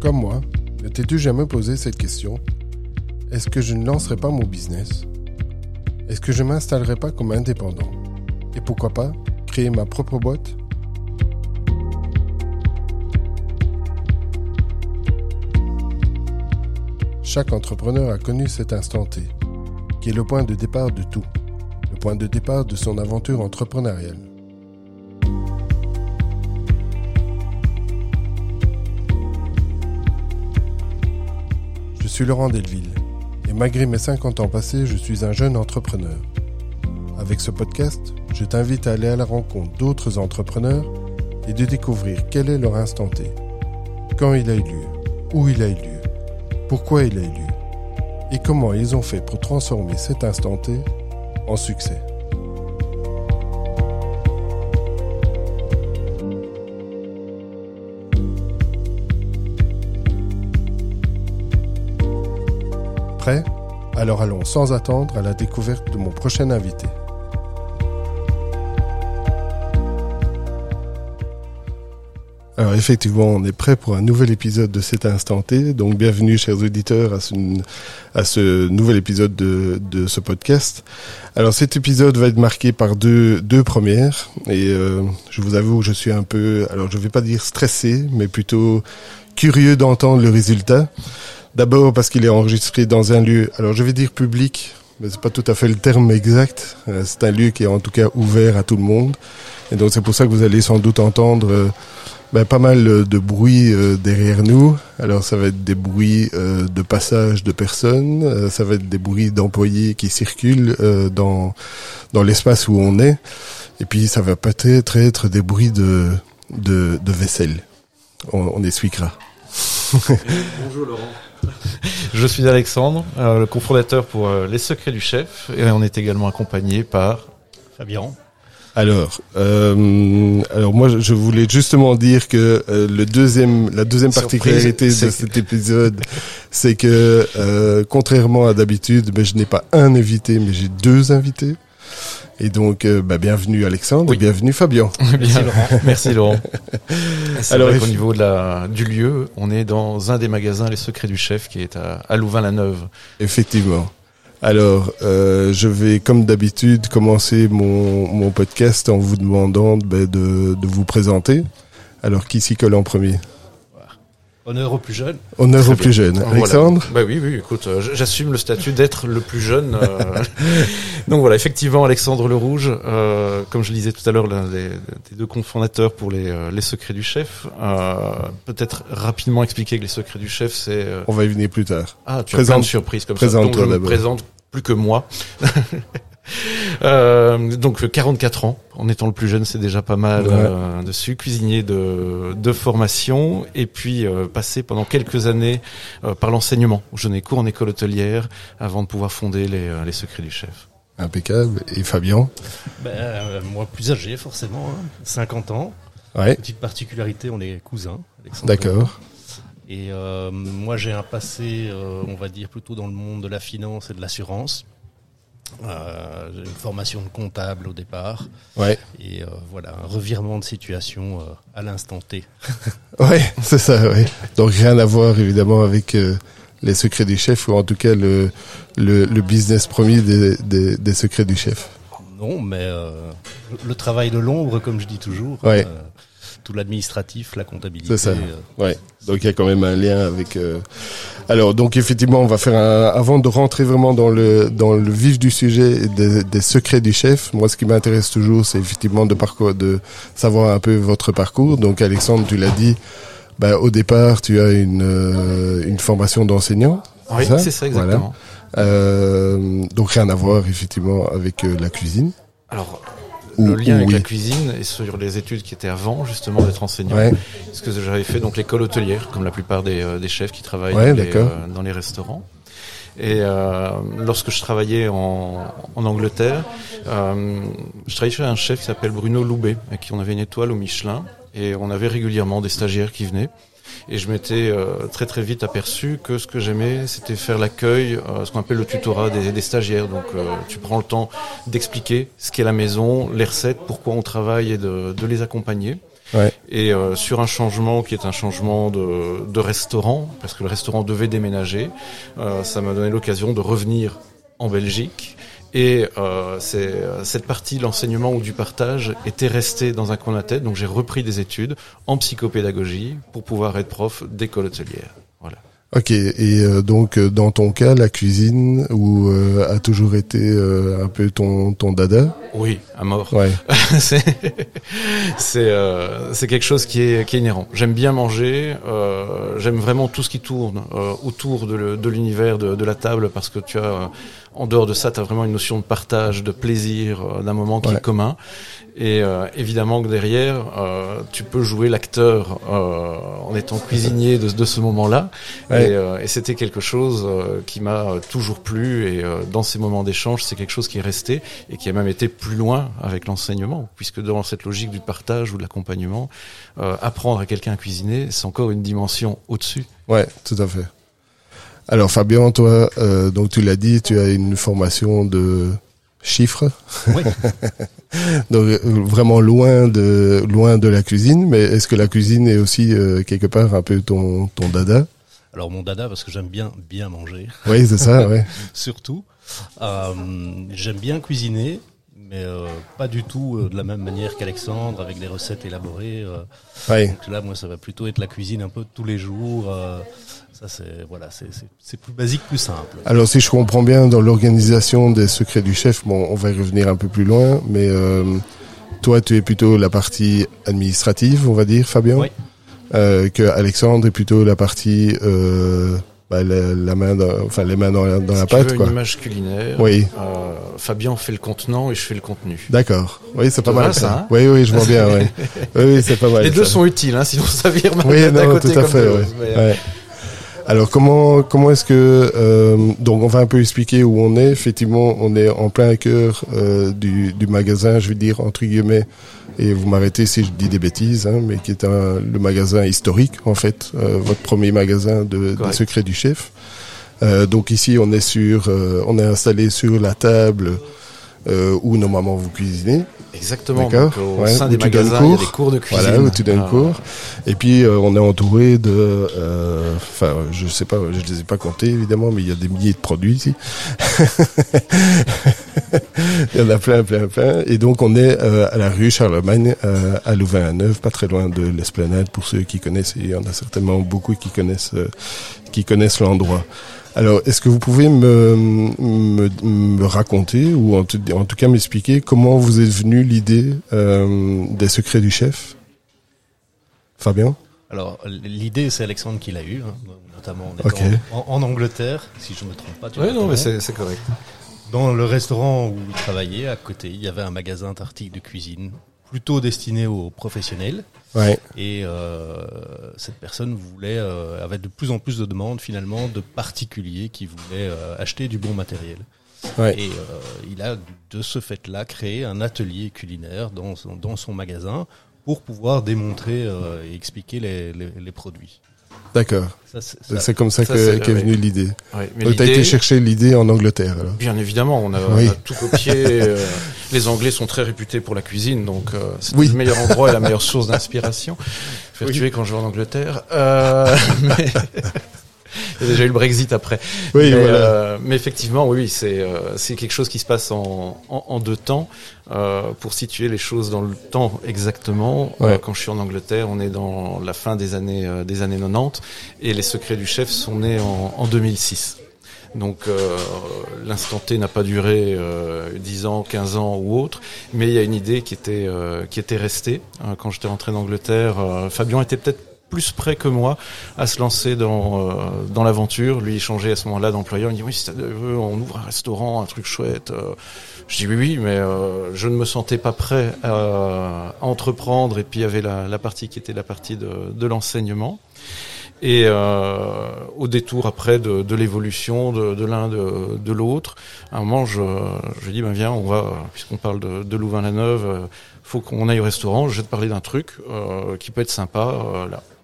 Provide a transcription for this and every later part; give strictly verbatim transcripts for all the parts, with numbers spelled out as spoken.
Comme moi, ne t'es-tu jamais posé cette question ? Est-ce que je ne lancerai pas mon business ? Est-ce que je ne m'installerai pas comme indépendant ? Et pourquoi pas créer ma propre boîte ? Chaque entrepreneur a connu cet instant T, qui est le point de départ de tout, le point de départ de son aventure entrepreneuriale. Je suis Laurent Delville, et malgré mes cinquante ans passés, je suis un jeune entrepreneur. Avec ce podcast, je t'invite à aller à la rencontre d'autres entrepreneurs et de découvrir quel est leur instant T, quand il a eu lieu, où il a eu lieu, pourquoi il a eu lieu, et comment ils ont fait pour transformer cet instant T en succès. Prêt ? Alors allons sans attendre à la découverte de mon prochain invité. Alors effectivement, on est prêt pour un nouvel épisode de cet instant T. Donc bienvenue chers auditeurs à ce, à ce nouvel épisode de, de ce podcast. Alors cet épisode va être marqué par deux, deux premières. Et euh, je vous avoue que je suis un peu, alors je ne vais pas dire stressé, mais plutôt curieux d'entendre le résultat. D'abord parce qu'il est enregistré dans un lieu, alors je vais dire public, mais c'est pas tout à fait le terme exact. C'est un lieu qui est en tout cas ouvert à tout le monde. Et donc c'est pour ça que vous allez sans doute entendre euh, ben, pas mal de bruit euh, derrière nous. Alors ça va être des bruits euh, de passage de personnes, euh, ça va être des bruits d'employés qui circulent euh, dans dans l'espace où on est. Et puis ça va peut-être être des bruits de de, de vaisselle. On, on expliquera. Bonjour Laurent. Je suis Alexandre, euh, le cofondateur pour euh, Les Secrets du Chef, et on est également accompagné par Fabien. Alors, euh, alors moi je voulais justement dire que euh, le deuxième, la deuxième particularité Surprise, de cet épisode, c'est que euh, contrairement à d'habitude, ben, je n'ai pas un invité, mais j'ai deux invités. Et donc, euh, bah, bienvenue Alexandre, oui. Et bienvenue Fabien. Merci Laurent. Merci Laurent. C'est Alors, vrai qu'au niveau de la, du lieu, on est dans un des magasins Les Secrets du Chef qui est à, à Louvain-la-Neuve. Effectivement. Alors, euh, je vais comme d'habitude commencer mon, mon podcast en vous demandant bah, de, de vous présenter. Alors, qui s'y colle en premier ? Honneur au plus jeune. Honneur Très au bien. plus jeune. Alexandre ? Voilà. Bah oui, oui, écoute, euh, j'assume le statut d'être le plus jeune. Euh... Donc voilà, effectivement, Alexandre Le Rouge, euh, comme je le disais tout à l'heure, l'un des, des deux cofondateurs pour les, euh, les Secrets du Chef. Euh, peut-être rapidement expliquer que les Secrets du Chef, c'est... Euh... On va y venir plus tard. Ah, tu Présente, as plein de surprises comme ça. Donc je me d'abord. présente plus que moi. Euh, donc quarante-quatre ans, en étant le plus jeune, c'est déjà pas mal ouais. euh, dessus. Cuisinier de, de formation, et puis euh, passé pendant quelques années euh, par l'enseignement. Je donnais cours en école hôtelière avant de pouvoir fonder les, euh, les Secrets du Chef. Impeccable. Et Fabien ? Ben, euh, moi plus âgé forcément, hein, cinquante ans. Ouais. Petite particularité, on est cousins. Alexandre. D'accord. Et euh, moi j'ai un passé, euh, on va dire plutôt dans le monde de la finance et de l'assurance. Euh, j'ai une formation de comptable au départ. Ouais. Et euh, voilà, un revirement de situation euh, à l'instant T. Ouais, c'est ça, ouais. Donc rien à voir évidemment avec euh, les Secrets du Chef, ou en tout cas le le, le business premier des, des, des Secrets du Chef. Non, mais euh, le travail de l'ombre, comme je dis toujours. Ouais. Euh, tout l'administratif, la comptabilité. C'est ça. Euh, ouais. Donc il y a quand même un lien avec. Euh... Alors donc effectivement, on va faire un. Avant de rentrer vraiment dans le dans le vif du sujet des, des Secrets du Chef. Moi, ce qui m'intéresse toujours, c'est effectivement de parcours, de savoir un peu votre parcours. Donc Alexandre, tu l'as dit. Bah, au départ, tu as une euh, une formation d'enseignant. Oui, c'est ça, c'est ça exactement. Voilà. Euh, donc rien à voir effectivement avec euh, la cuisine. Alors. Le lien avec oui. la cuisine et sur les études qui étaient avant justement d'être enseignant, ouais. Parce que j'avais fait donc l'école hôtelière comme la plupart des, euh, des chefs qui travaillent ouais, dans, les, euh, dans les restaurants. Et euh, lorsque je travaillais en, en Angleterre, euh, je travaillais chez un chef qui s'appelle Bruno Loubet, avec qui on avait une étoile au Michelin, et on avait régulièrement des stagiaires qui venaient. Et je m'étais euh, très très vite aperçu que ce que j'aimais, c'était faire l'accueil, euh, ce qu'on appelle le tutorat des, des stagiaires. Donc euh, tu prends le temps d'expliquer ce qu'est la maison, les recettes, pourquoi on travaille, et de, de les accompagner. Ouais. Et euh, sur un changement qui est un changement de, de restaurant, parce que le restaurant devait déménager, euh, ça m'a donné l'occasion de revenir en Belgique. Et euh, c'est, cette partie de l'enseignement ou du partage était restée dans un coin de ma tête, donc j'ai repris des études en psychopédagogie pour pouvoir être prof d'école hôtelière. Voilà. Ok, et euh, donc euh, dans ton cas, la cuisine où euh, a toujours été euh, un peu ton ton dada. Oui, à mort. Ouais. c'est c'est euh, c'est quelque chose qui est qui est inhérent. J'aime bien manger, euh, j'aime vraiment tout ce qui tourne euh, autour de, le, de l'univers de, de la table, parce que tu as euh, en dehors de ça, tu as vraiment une notion de partage, de plaisir, euh, d'un moment qui Ouais. est commun. Et euh, évidemment que derrière, euh, tu peux jouer l'acteur euh, en étant cuisinier de, de ce moment-là. Ouais. Et, euh, et c'était quelque chose euh, qui m'a toujours plu. Et euh, dans ces moments d'échange, c'est quelque chose qui est resté et qui a même été plus loin avec l'enseignement, puisque dans cette logique du partage ou de l'accompagnement, euh, apprendre à quelqu'un à cuisiner, c'est encore une dimension au-dessus. Ouais, tout à fait. Alors Fabien, toi, euh, donc tu l'as dit, tu as une formation de chiffres. Oui. Donc euh, vraiment loin de loin de la cuisine, mais est-ce que la cuisine est aussi euh, quelque part un peu ton ton dada? Alors mon dada, parce que j'aime bien bien manger, Oui, c'est ça, ouais. surtout. Euh, j'aime bien cuisiner, mais euh, pas du tout euh, de la même manière qu'Alexandre, avec des recettes élaborées. Euh. Ouais. Donc là, moi, ça va plutôt être la cuisine un peu tous les jours. Euh, ça, c'est voilà, c'est c'est c'est plus basique, plus simple. Alors si je comprends bien, dans l'organisation des secrets du chef, bon, on va y revenir un peu plus loin, mais euh, toi, tu es plutôt la partie administrative, on va dire, Fabien. Oui. Euh, que Alexandre est plutôt la partie euh, bah, la, la main, dans, enfin les mains dans la, dans Si la tu pâte, veux quoi. une image culinaire, Oui. euh, Fabien fait le contenant et je fais le contenu. D'accord. Oui, c'est pas Ça mal va, ça. ça, hein Oui, oui, je vois bien. Oui, oui, oui, c'est pas mal. Les deux ça. sont utiles, hein, sinon ça vire mal Oui, d'un non, côté tout à comme fait. de Ouais. l'autre. Mais, Ouais. Alors comment comment est-ce que euh, donc on va un peu expliquer où on est. Effectivement, on est en plein cœur euh, du, du magasin, je vais dire entre guillemets. Et vous m'arrêtez si je dis des bêtises, hein, mais qui est un, le magasin historique en fait, euh, votre premier magasin de, des secrets du chef. Euh, donc ici on est sur, euh, on est installé sur la table euh, où normalement vous cuisinez. Exactement. D'accord. Donc, au Ouais, sein où des tu donnes magasins, il y a cours. des cours de cuisine. Voilà, où tu donnes Ah. cours. Et puis euh, on est entouré de, enfin, euh, je sais pas, je les ai pas comptés évidemment, mais il y a des milliers de produits ici. Il y en a plein, plein, plein. Et donc on est euh, à la rue Charlemagne, euh, à Louvain-la-Neuve, pas très loin de l'Esplanade. Pour ceux qui connaissent, et il y en a certainement beaucoup qui connaissent, euh, qui connaissent l'endroit. Alors, est-ce que vous pouvez me, me, me raconter, ou en tout, en tout cas m'expliquer, comment vous est venue l'idée euh, des secrets du chef, Fabien? Alors l'idée, c'est Alexandre qui l'a eu, hein, notamment en étant Ok. en, en Angleterre, si je me trompe pas. Tu Oui, vois non, mais comment. c'est, c'est correct. Dans le restaurant où il travaillait, à côté, il y avait un magasin d'articles de cuisine, plutôt destiné aux professionnels. Ouais. Et euh, cette personne voulait, euh, avait de plus en plus de demandes finalement de particuliers qui voulaient euh, acheter du bon matériel. Ouais. Et euh, il a de ce fait-là créé un atelier culinaire dans son, dans son magasin pour pouvoir démontrer euh, et expliquer les, les, les produits. D'accord. Ça, c'est, ça, C'est comme ça, ça, que, c'est- qu'est ouais. venue l'idée. Ouais, mais Donc t'as l'idée- été chercher l'idée en Angleterre, alors. Bien évidemment, on a, Oui. on a tout copié. euh, les Anglais sont très réputés pour la cuisine, donc euh, c'est Oui. le meilleur endroit et la meilleure source d'inspiration. Je vais Oui. tuer quand je vais en Angleterre. Euh, mais... Il y a déjà eu le Brexit après. Oui, mais, voilà. euh, mais effectivement, oui, c'est euh, c'est quelque chose qui se passe en, en, en deux temps. Euh, pour situer les choses dans le temps exactement, Ouais. euh, quand je suis en Angleterre, on est dans la fin des années euh, des années quatre-vingt-dix et les secrets du chef sont nés en, en deux mille six. Donc euh, l'instant T n'a pas duré euh, dix ans, quinze ans ou autre, mais il y a une idée qui était euh, qui était restée. Euh, quand j'étais rentré d'Angleterre, euh, Fabien était peut-être plus près que moi à se lancer dans euh, dans l'aventure. Lui, il changeait à ce moment-là d'employeur. Il me dit oui, si ça veut, on ouvre un restaurant, un truc chouette. Euh, je dis oui, oui, mais euh, je ne me sentais pas prêt à, à entreprendre. Et puis il y avait la, la partie qui était la partie de, de l'enseignement. Et euh, au détour après de, de l'évolution de, de l'un de, de l'autre, à un moment je, je dis ben viens, on va, puisqu'on parle de, de Louvain-la-Neuve, euh, faut qu'on aille au restaurant. Je vais te parler d'un truc euh, qui peut être sympa. Euh, là,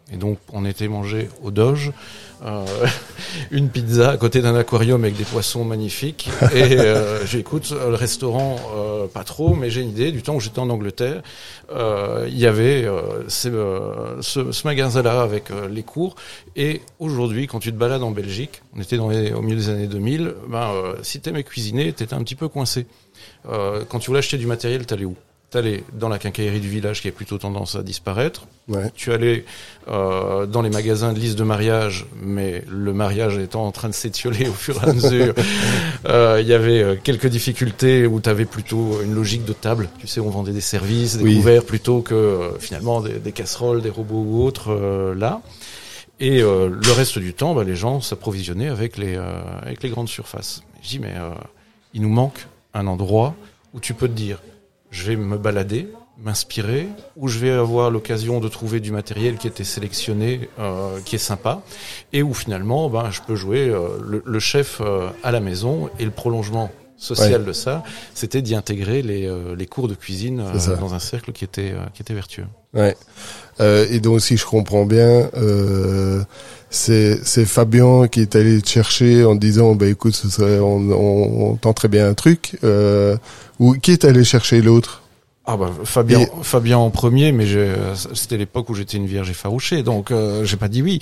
Et donc, on était mangé au Doge, euh, une pizza à côté d'un aquarium avec des poissons magnifiques. Et euh, j'écoute le restaurant, euh, pas trop, mais j'ai une idée. Du temps où j'étais en Angleterre, euh, il y avait euh, ces, euh, ce, ce magasin-là avec euh, les cours. Et aujourd'hui, quand tu te balades en Belgique, on était dans les, au milieu des années deux mille, ben, euh, si t'aimais cuisiner, t'étais un petit peu coincé. Euh, quand tu voulais acheter du matériel, t'allais où ? T'allais dans la quincaillerie du village qui a plutôt tendance à disparaître. Ouais. Tu allais euh, dans les magasins de listes de mariage, mais le mariage étant en train de s'étioler au fur et à mesure, il euh, y avait euh, quelques difficultés où tu avais plutôt une logique de table. Tu sais, on vendait des services, des oui. couverts plutôt que euh, finalement des, des casseroles, des robots ou autres euh, là. Et euh, le reste du temps, bah, les gens s'approvisionnaient avec les euh, avec les grandes surfaces. Je dis mais euh, il nous manque un endroit où tu peux te dire je vais me balader, m'inspirer, où je vais avoir l'occasion de trouver du matériel qui était sélectionné, euh, qui est sympa, et où finalement, ben, je peux jouer euh, le, le chef euh, à la maison, et le prolongement social ouais. de ça, c'était d'y intégrer les, euh, les cours de cuisine euh, dans un cercle qui était, euh, qui était vertueux. Ouais. Euh, et donc, si je comprends bien, euh, c'est, c'est Fabien qui est allé te chercher en disant, bah écoute, ce serait, on, on, on tenterait bien un truc. Euh, ou qui est allé chercher l'autre? Ah bah Fabien, et... Fabien en premier, mais j'ai, c'était l'époque où j'étais une vierge effarouchée, donc euh, j'ai pas dit oui.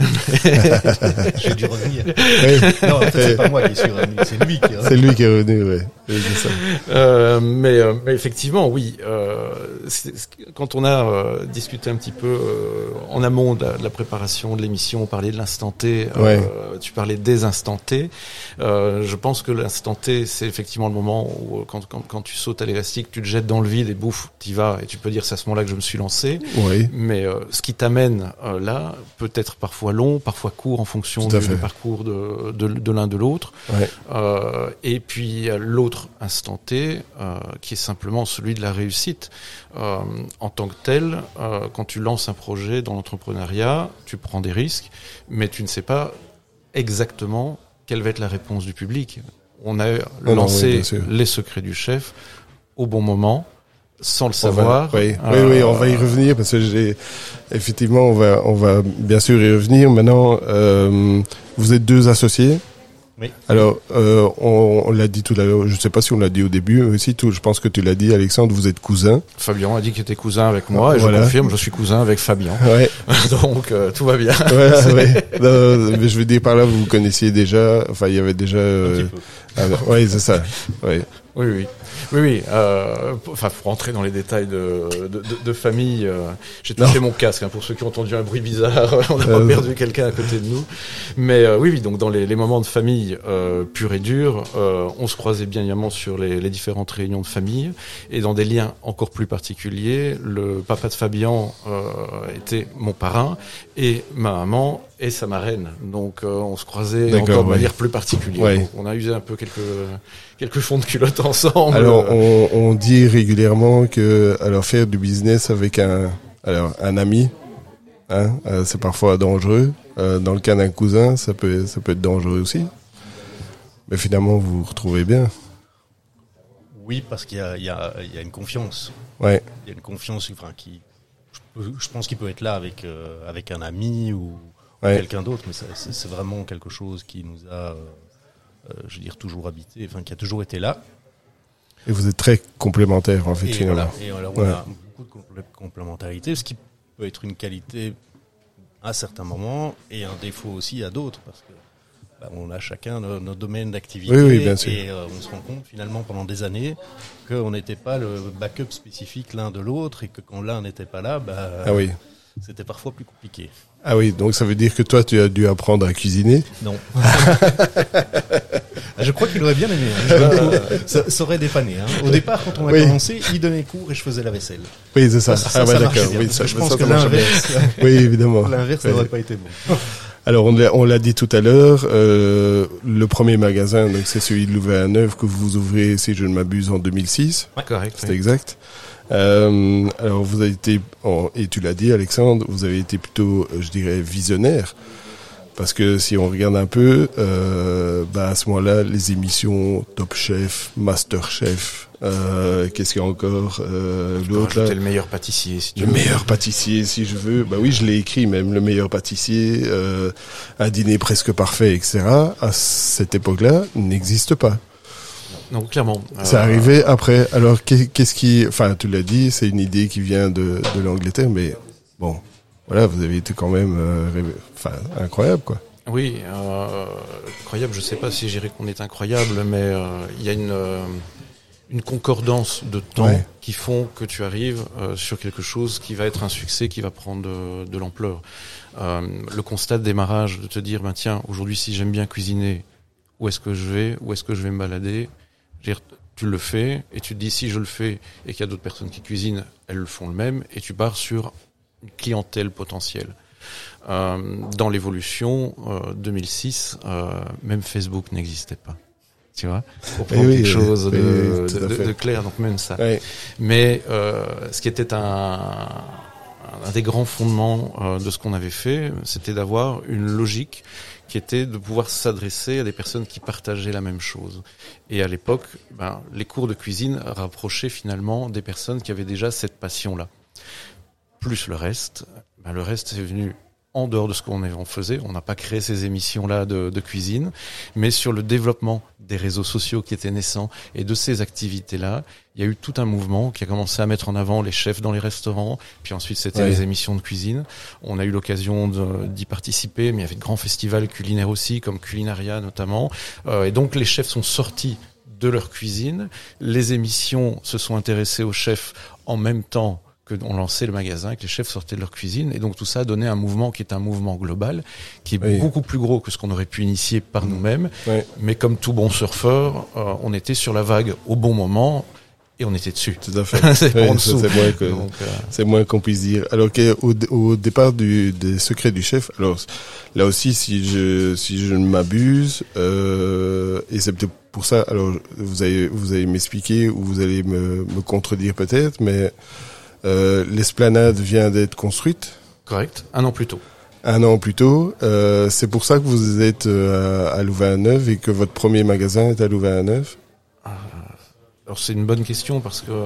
J'ai dû revenir. Oui. Non, en fait, c'est pas moi qui suis revenu, c'est lui qui est revenu. C'est lui qui est revenu, ouais. Oui, c'est ça. Euh, mais, euh, mais effectivement, oui. Euh, c'est, c'est, quand on a euh, discuté un petit peu euh, en amont de la, de la préparation de l'émission, on parlait de l'instant T. Euh, ouais. Tu parlais des instants T. Euh, je pense que l'instant T, c'est effectivement le moment où quand, quand, quand tu sautes à l'élastique, tu te jettes dans le vide et bouffe, t'y vas, et tu peux dire c'est à ce moment-là que je me suis lancé. Oui. Mais euh, ce qui t'amène euh, là peut être parfois long, parfois court en fonction du, du parcours de, de, de l'un de l'autre. Ouais. Euh, et puis l'autre instant T, euh, qui est simplement celui de la réussite. Euh, en tant que tel, euh, quand tu lances un projet dans l'entrepreneuriat, tu prends des risques, mais tu ne sais pas exactement quelle va être la réponse du public. On a oh lancé non, oui, les secrets du chef au bon moment, sans le savoir. Va, oui, euh, oui, oui, on va y revenir parce que j'ai effectivement, on va, on va bien sûr y revenir. Maintenant, euh, vous êtes deux associés. Oui. Alors, euh, on, on l'a dit tout à l'heure. Je ne sais pas si on l'a dit au début aussi. Tout, je pense que tu l'as dit, Alexandre. Vous êtes cousins. Fabien a dit qu'il était cousin avec moi, et voilà. Je confirme, je suis cousin avec Fabien. Ouais. Donc euh, tout va bien. Voilà, ouais. Non, mais je veux dire par là, vous vous connaissiez déjà. Enfin, il y avait déjà. Euh, Un petit peu. Ah, ouais, c'est ça. Ouais. Oui, oui. Oui, oui. Euh, enfin, pour rentrer dans les détails de, de, de, de famille, euh, j'ai touché non. mon casque. Hein, pour ceux qui ont entendu un bruit bizarre, on a euh... perdu quelqu'un à côté de nous. Mais euh, oui, oui. Donc, dans les, les moments de famille euh, purs et durs, euh, on se croisait bien évidemment sur les, les différentes réunions de famille, et dans des liens encore plus particuliers. Le papa de Fabien euh, était mon parrain, et ma maman et sa marraine. Donc, euh, on se croisait D'accord, encore de ouais. manière plus particulière. Ouais. Donc, on a usé un peu quelques quelques fonds de culotte ensemble. Alors, on, on dit régulièrement que, alors, faire du business avec un, alors, un ami, hein, euh, c'est parfois dangereux. Euh, dans le cas d'un cousin, ça peut, ça peut être dangereux aussi. Mais finalement, vous vous retrouvez bien. Oui, parce qu'il y a, il y a, il y a une confiance. Ouais. Il y a une confiance, enfin, qui, je, je pense qu'il peut être là avec, euh, avec un ami ou, ouais. ou quelqu'un d'autre, mais ça, c'est, c'est vraiment quelque chose qui nous a, euh, Euh, je veux dire, toujours habité, enfin, qui a toujours été là. Et vous êtes très complémentaires, en fait, et finalement. Voilà. Et alors, on ouais. a beaucoup de compl- complémentarité, ce qui peut être une qualité à certains moments et un défaut aussi à d'autres, parce que bah, on a chacun nos, nos domaines d'activité. Oui, oui, bien sûr. Et euh, on se rend compte, finalement, pendant des années, qu'on n'était pas le backup spécifique l'un de l'autre, et que quand l'un n'était pas là, bah, ah oui. c'était parfois plus compliqué. Ah oui, donc ça veut dire que toi, tu as dû apprendre à cuisiner? Non. Je crois qu'il aurait bien aimé. Hein. ça, ça aurait dépanné. Hein. Au départ, quand on a oui. commencé, il donnait cours et je faisais la vaisselle. Oui, c'est ça. ça, ça ah, ouais, ça d'accord. Bien, oui, ça, je ça, pense ça, que ça l'inverse, oui, évidemment. L'inverse oui. n'aurait pas été bon. Alors, on l'a, on l'a dit tout à l'heure, euh, le premier magasin, donc c'est celui de Louvain-la-Neuve que vous ouvrez, si je ne m'abuse, en deux mille six. Ouais, correct. C'est oui. exact. Euh, alors, vous avez été, oh, et tu l'as dit, Alexandre, vous avez été plutôt, je dirais, visionnaire. Parce que si on regarde un peu, euh, bah à ce moment-là, les émissions Top Chef, Master Chef, euh, qu'est-ce qu'il y a encore euh, l'autre là, le meilleur pâtissier, si tu le veux. meilleur pâtissier, si je veux. Bah oui, je l'ai écrit même, le meilleur pâtissier, euh, un dîner presque parfait, et cetera. À cette époque-là, n'existe pas. Donc clairement. C'est euh... arrivé après. Alors qu'est-ce qui, enfin, tu l'as dit, c'est une idée qui vient de, de l'Angleterre, mais bon. Voilà, vous avez été quand même, euh, enfin, incroyable, quoi. Oui, euh, incroyable. Je sais pas si je dirais qu'on est incroyable, mais euh, il y a une euh, une concordance de temps ouais. qui font que tu arrives euh, sur quelque chose qui va être un succès, qui va prendre de, de l'ampleur. Euh, le constat de démarrage, de te dire, ben tiens, aujourd'hui, si j'aime bien cuisiner, où est-ce que je vais, où est-ce que je vais me balader, je veux dire, tu le fais et tu te dis si je le fais et qu'il y a d'autres personnes qui cuisinent, elles le font le même et tu pars sur une clientèle potentielle. Euh, dans l'évolution, euh, deux mille six, euh, même Facebook n'existait pas. Tu vois, pour prendre oui, quelque oui, chose oui, de, oui, de, de, de clair, donc même ça. Oui. Mais euh, ce qui était un, un des grands fondements euh, de ce qu'on avait fait, c'était d'avoir une logique qui était de pouvoir s'adresser à des personnes qui partageaient la même chose. Et à l'époque, ben, les cours de cuisine rapprochaient finalement des personnes qui avaient déjà cette passion-là. Plus le reste, ben le reste est venu en dehors de ce qu'on en faisait. On n'a pas créé ces émissions-là de, de cuisine, mais sur le développement des réseaux sociaux qui étaient naissants et de ces activités-là, il y a eu tout un mouvement qui a commencé à mettre en avant les chefs dans les restaurants, puis ensuite c'était ouais. les émissions de cuisine. On a eu l'occasion de, d'y participer, mais il y avait de grands festivals culinaires aussi, comme Culinaria notamment, euh, et donc les chefs sont sortis de leur cuisine. Les émissions se sont intéressées aux chefs en même temps qu'on lançait le magasin, que les chefs sortaient de leur cuisine, et donc tout ça a donné un mouvement qui est un mouvement global, qui est oui. beaucoup plus gros que ce qu'on aurait pu initier par mmh. nous-mêmes, oui. mais comme tout bon surfeur, euh, on était sur la vague au bon moment, et on était dessus. Tout à fait. c'est, oui, ça, c'est, moins que, donc, euh... c'est moins qu'on puisse dire. Alors qu'au au départ du, des secrets du chef, alors là aussi, si je si je ne m'abuse, euh, et c'est peut-être pour ça, alors vous allez vous allez m'expliquer ou vous allez me, me contredire peut-être, mais Euh, l'esplanade vient d'être construite. Correct, un an plus tôt. Un an plus tôt. Euh, c'est pour ça que vous êtes euh, à Louvain-la-Neuve et que votre premier magasin est à Louvain-la-Neuve. Euh, alors c'est une bonne question parce que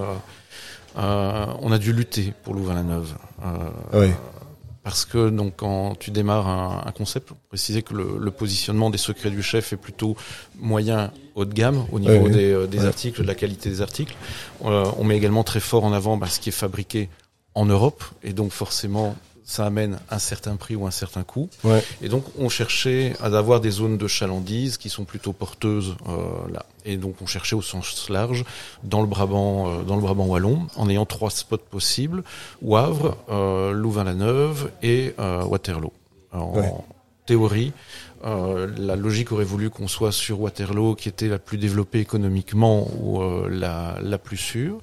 euh, on a dû lutter pour Louvain-la-Neuve. Euh, oui. Parce que donc quand tu démarres un, un concept, pour préciser que le, le positionnement des secrets du chef est plutôt moyen haut de gamme au niveau oui, des, euh, des oui. articles, de la qualité des articles. Euh, on met également très fort en avant bah, ce qui est fabriqué en Europe et donc forcément ça amène un certain prix ou un certain coût. Ouais. Et donc on cherchait à avoir des zones de chalandise qui sont plutôt porteuses euh, là. Et donc on cherchait au sens large dans le Brabant, euh, dans le Brabant wallon, en ayant trois spots possibles: Wavre, euh, Louvain-la-Neuve et euh, Waterloo. Alors, ouais. En théorie, euh, la logique aurait voulu qu'on soit sur Waterloo, qui était la plus développée économiquement ou euh, la, la plus sûre.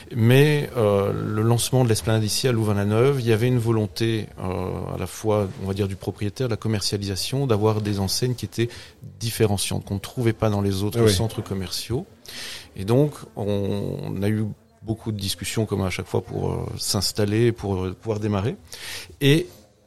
Mais euh, le lancement de l'esplanade ici à Louvain-la-Neuve, il y avait une volonté euh, à la fois, on va dire, du propriétaire, de la commercialisation, d'avoir des enseignes qui étaient différenciantes, qu'on ne trouvait pas dans les autres oui. centres commerciaux. Et donc, on, on a eu beaucoup de discussions, comme à chaque fois, pour euh, s'installer, pour euh, pouvoir démarrer. Et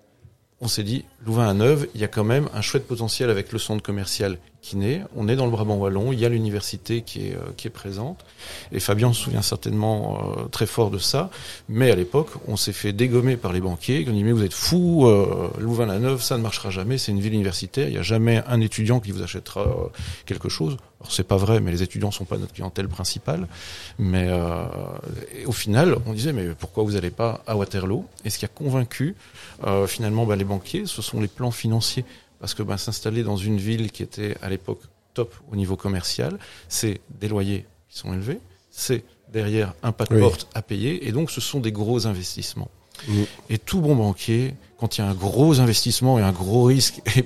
on s'est dit, Louvain-la-Neuve, il y a quand même un chouette potentiel avec le centre commercial qui naît. On est dans le Brabant wallon, il y a l'université qui est, euh, qui est présente. Et Fabien se souvient certainement euh, très fort de ça. Mais à l'époque, on s'est fait dégommer par les banquiers. Ils ont dit, mais vous êtes fous, euh, Louvain-la-Neuve, ça ne marchera jamais, c'est une ville universitaire, il n'y a jamais un étudiant qui vous achètera euh, quelque chose. Alors c'est pas vrai, mais les étudiants sont pas notre clientèle principale. Mais euh, au final, on disait, mais pourquoi vous n'allez pas à Waterloo? Et ce qui a convaincu euh, finalement bah, les banquiers, ce sont les plans financiers. Parce que bah, s'installer dans une ville qui était à l'époque top au niveau commercial, c'est des loyers qui sont élevés, c'est derrière un pas de oui. porte à payer, et donc ce sont des gros investissements. Mmh. Et tout bon banquier, quand il y a un gros investissement et un gros risque et,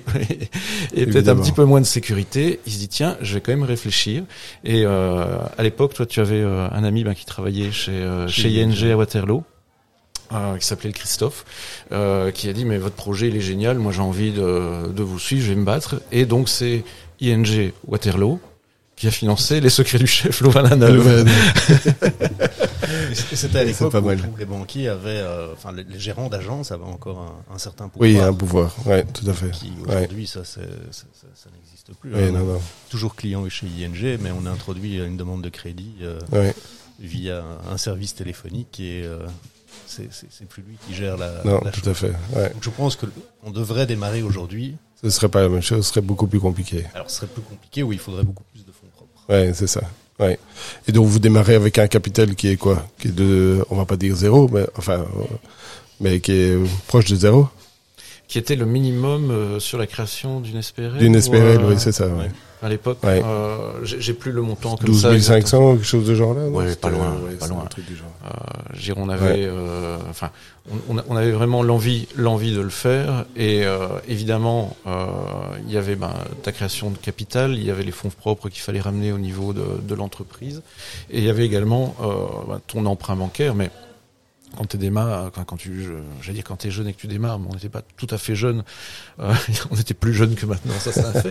et peut-être un petit peu moins de sécurité, il se dit tiens, je vais quand même réfléchir. Et euh, à l'époque, toi, tu avais euh, un ami bah, qui travaillait chez, euh, chez I N G à Waterloo. Euh, qui s'appelait le Christophe, euh, qui a dit mais votre projet il est génial, moi j'ai envie de, de vous suivre, je vais me battre. Et donc c'est I N G Waterloo qui a financé les secrets du chef Louvain-la-Neuve. C'était à Et c'est l'époque pas où, mal. où les banquiers avaient, euh, enfin les, les gérants d'agence avaient encore un, un certain pouvoir. Oui, un pouvoir. Ouais, tout à fait. Qui Ouais. aujourd'hui, ça, c'est, ça, ça, ça n'existe plus. Oui, hein. non, non. Toujours client chez I N G, mais on a introduit une demande de crédit euh, Ouais. via un service téléphonique et euh, c'est, c'est, c'est plus lui qui gère la, Non, la tout chose. à fait. Ouais. Donc je pense que on devrait démarrer aujourd'hui. Ce serait pas la même chose, ce serait beaucoup plus compliqué. Alors ce serait plus compliqué où il faudrait beaucoup plus de fonds propres. Ouais, c'est ça. Ouais. Et donc vous démarrez avec un capital qui est quoi? Qui est de, on va pas dire zéro, mais enfin, euh, mais qui est proche de zéro. Qui était le minimum euh, sur la création d'une S P R L. D'une S P R L, ou, euh, oui, c'est ça. Ouais. À l'époque, Ouais. euh, j'ai, j'ai plus le montant comme douze ça. mille cinq cents, exactement. quelque chose de genre là. non Ouais, C'était- pas loin, ouais, pas c'est loin. un truc du genre. Euh, je veux dire, on avait, euh, enfin, on, on, on avait vraiment l'envie, l'envie de le faire. Et euh, évidemment, euh, il y avait ben, ta création de capital, il y avait les fonds propres qu'il fallait ramener au niveau de, de l'entreprise, et il y avait également euh, ben, ton emprunt bancaire. Mais quand tu démarres, quand, quand tu, je, j'allais dire quand t'es jeune et que tu démarres, mais on n'était pas tout à fait jeune. Euh, on était plus jeune que maintenant, ça c'est un fait.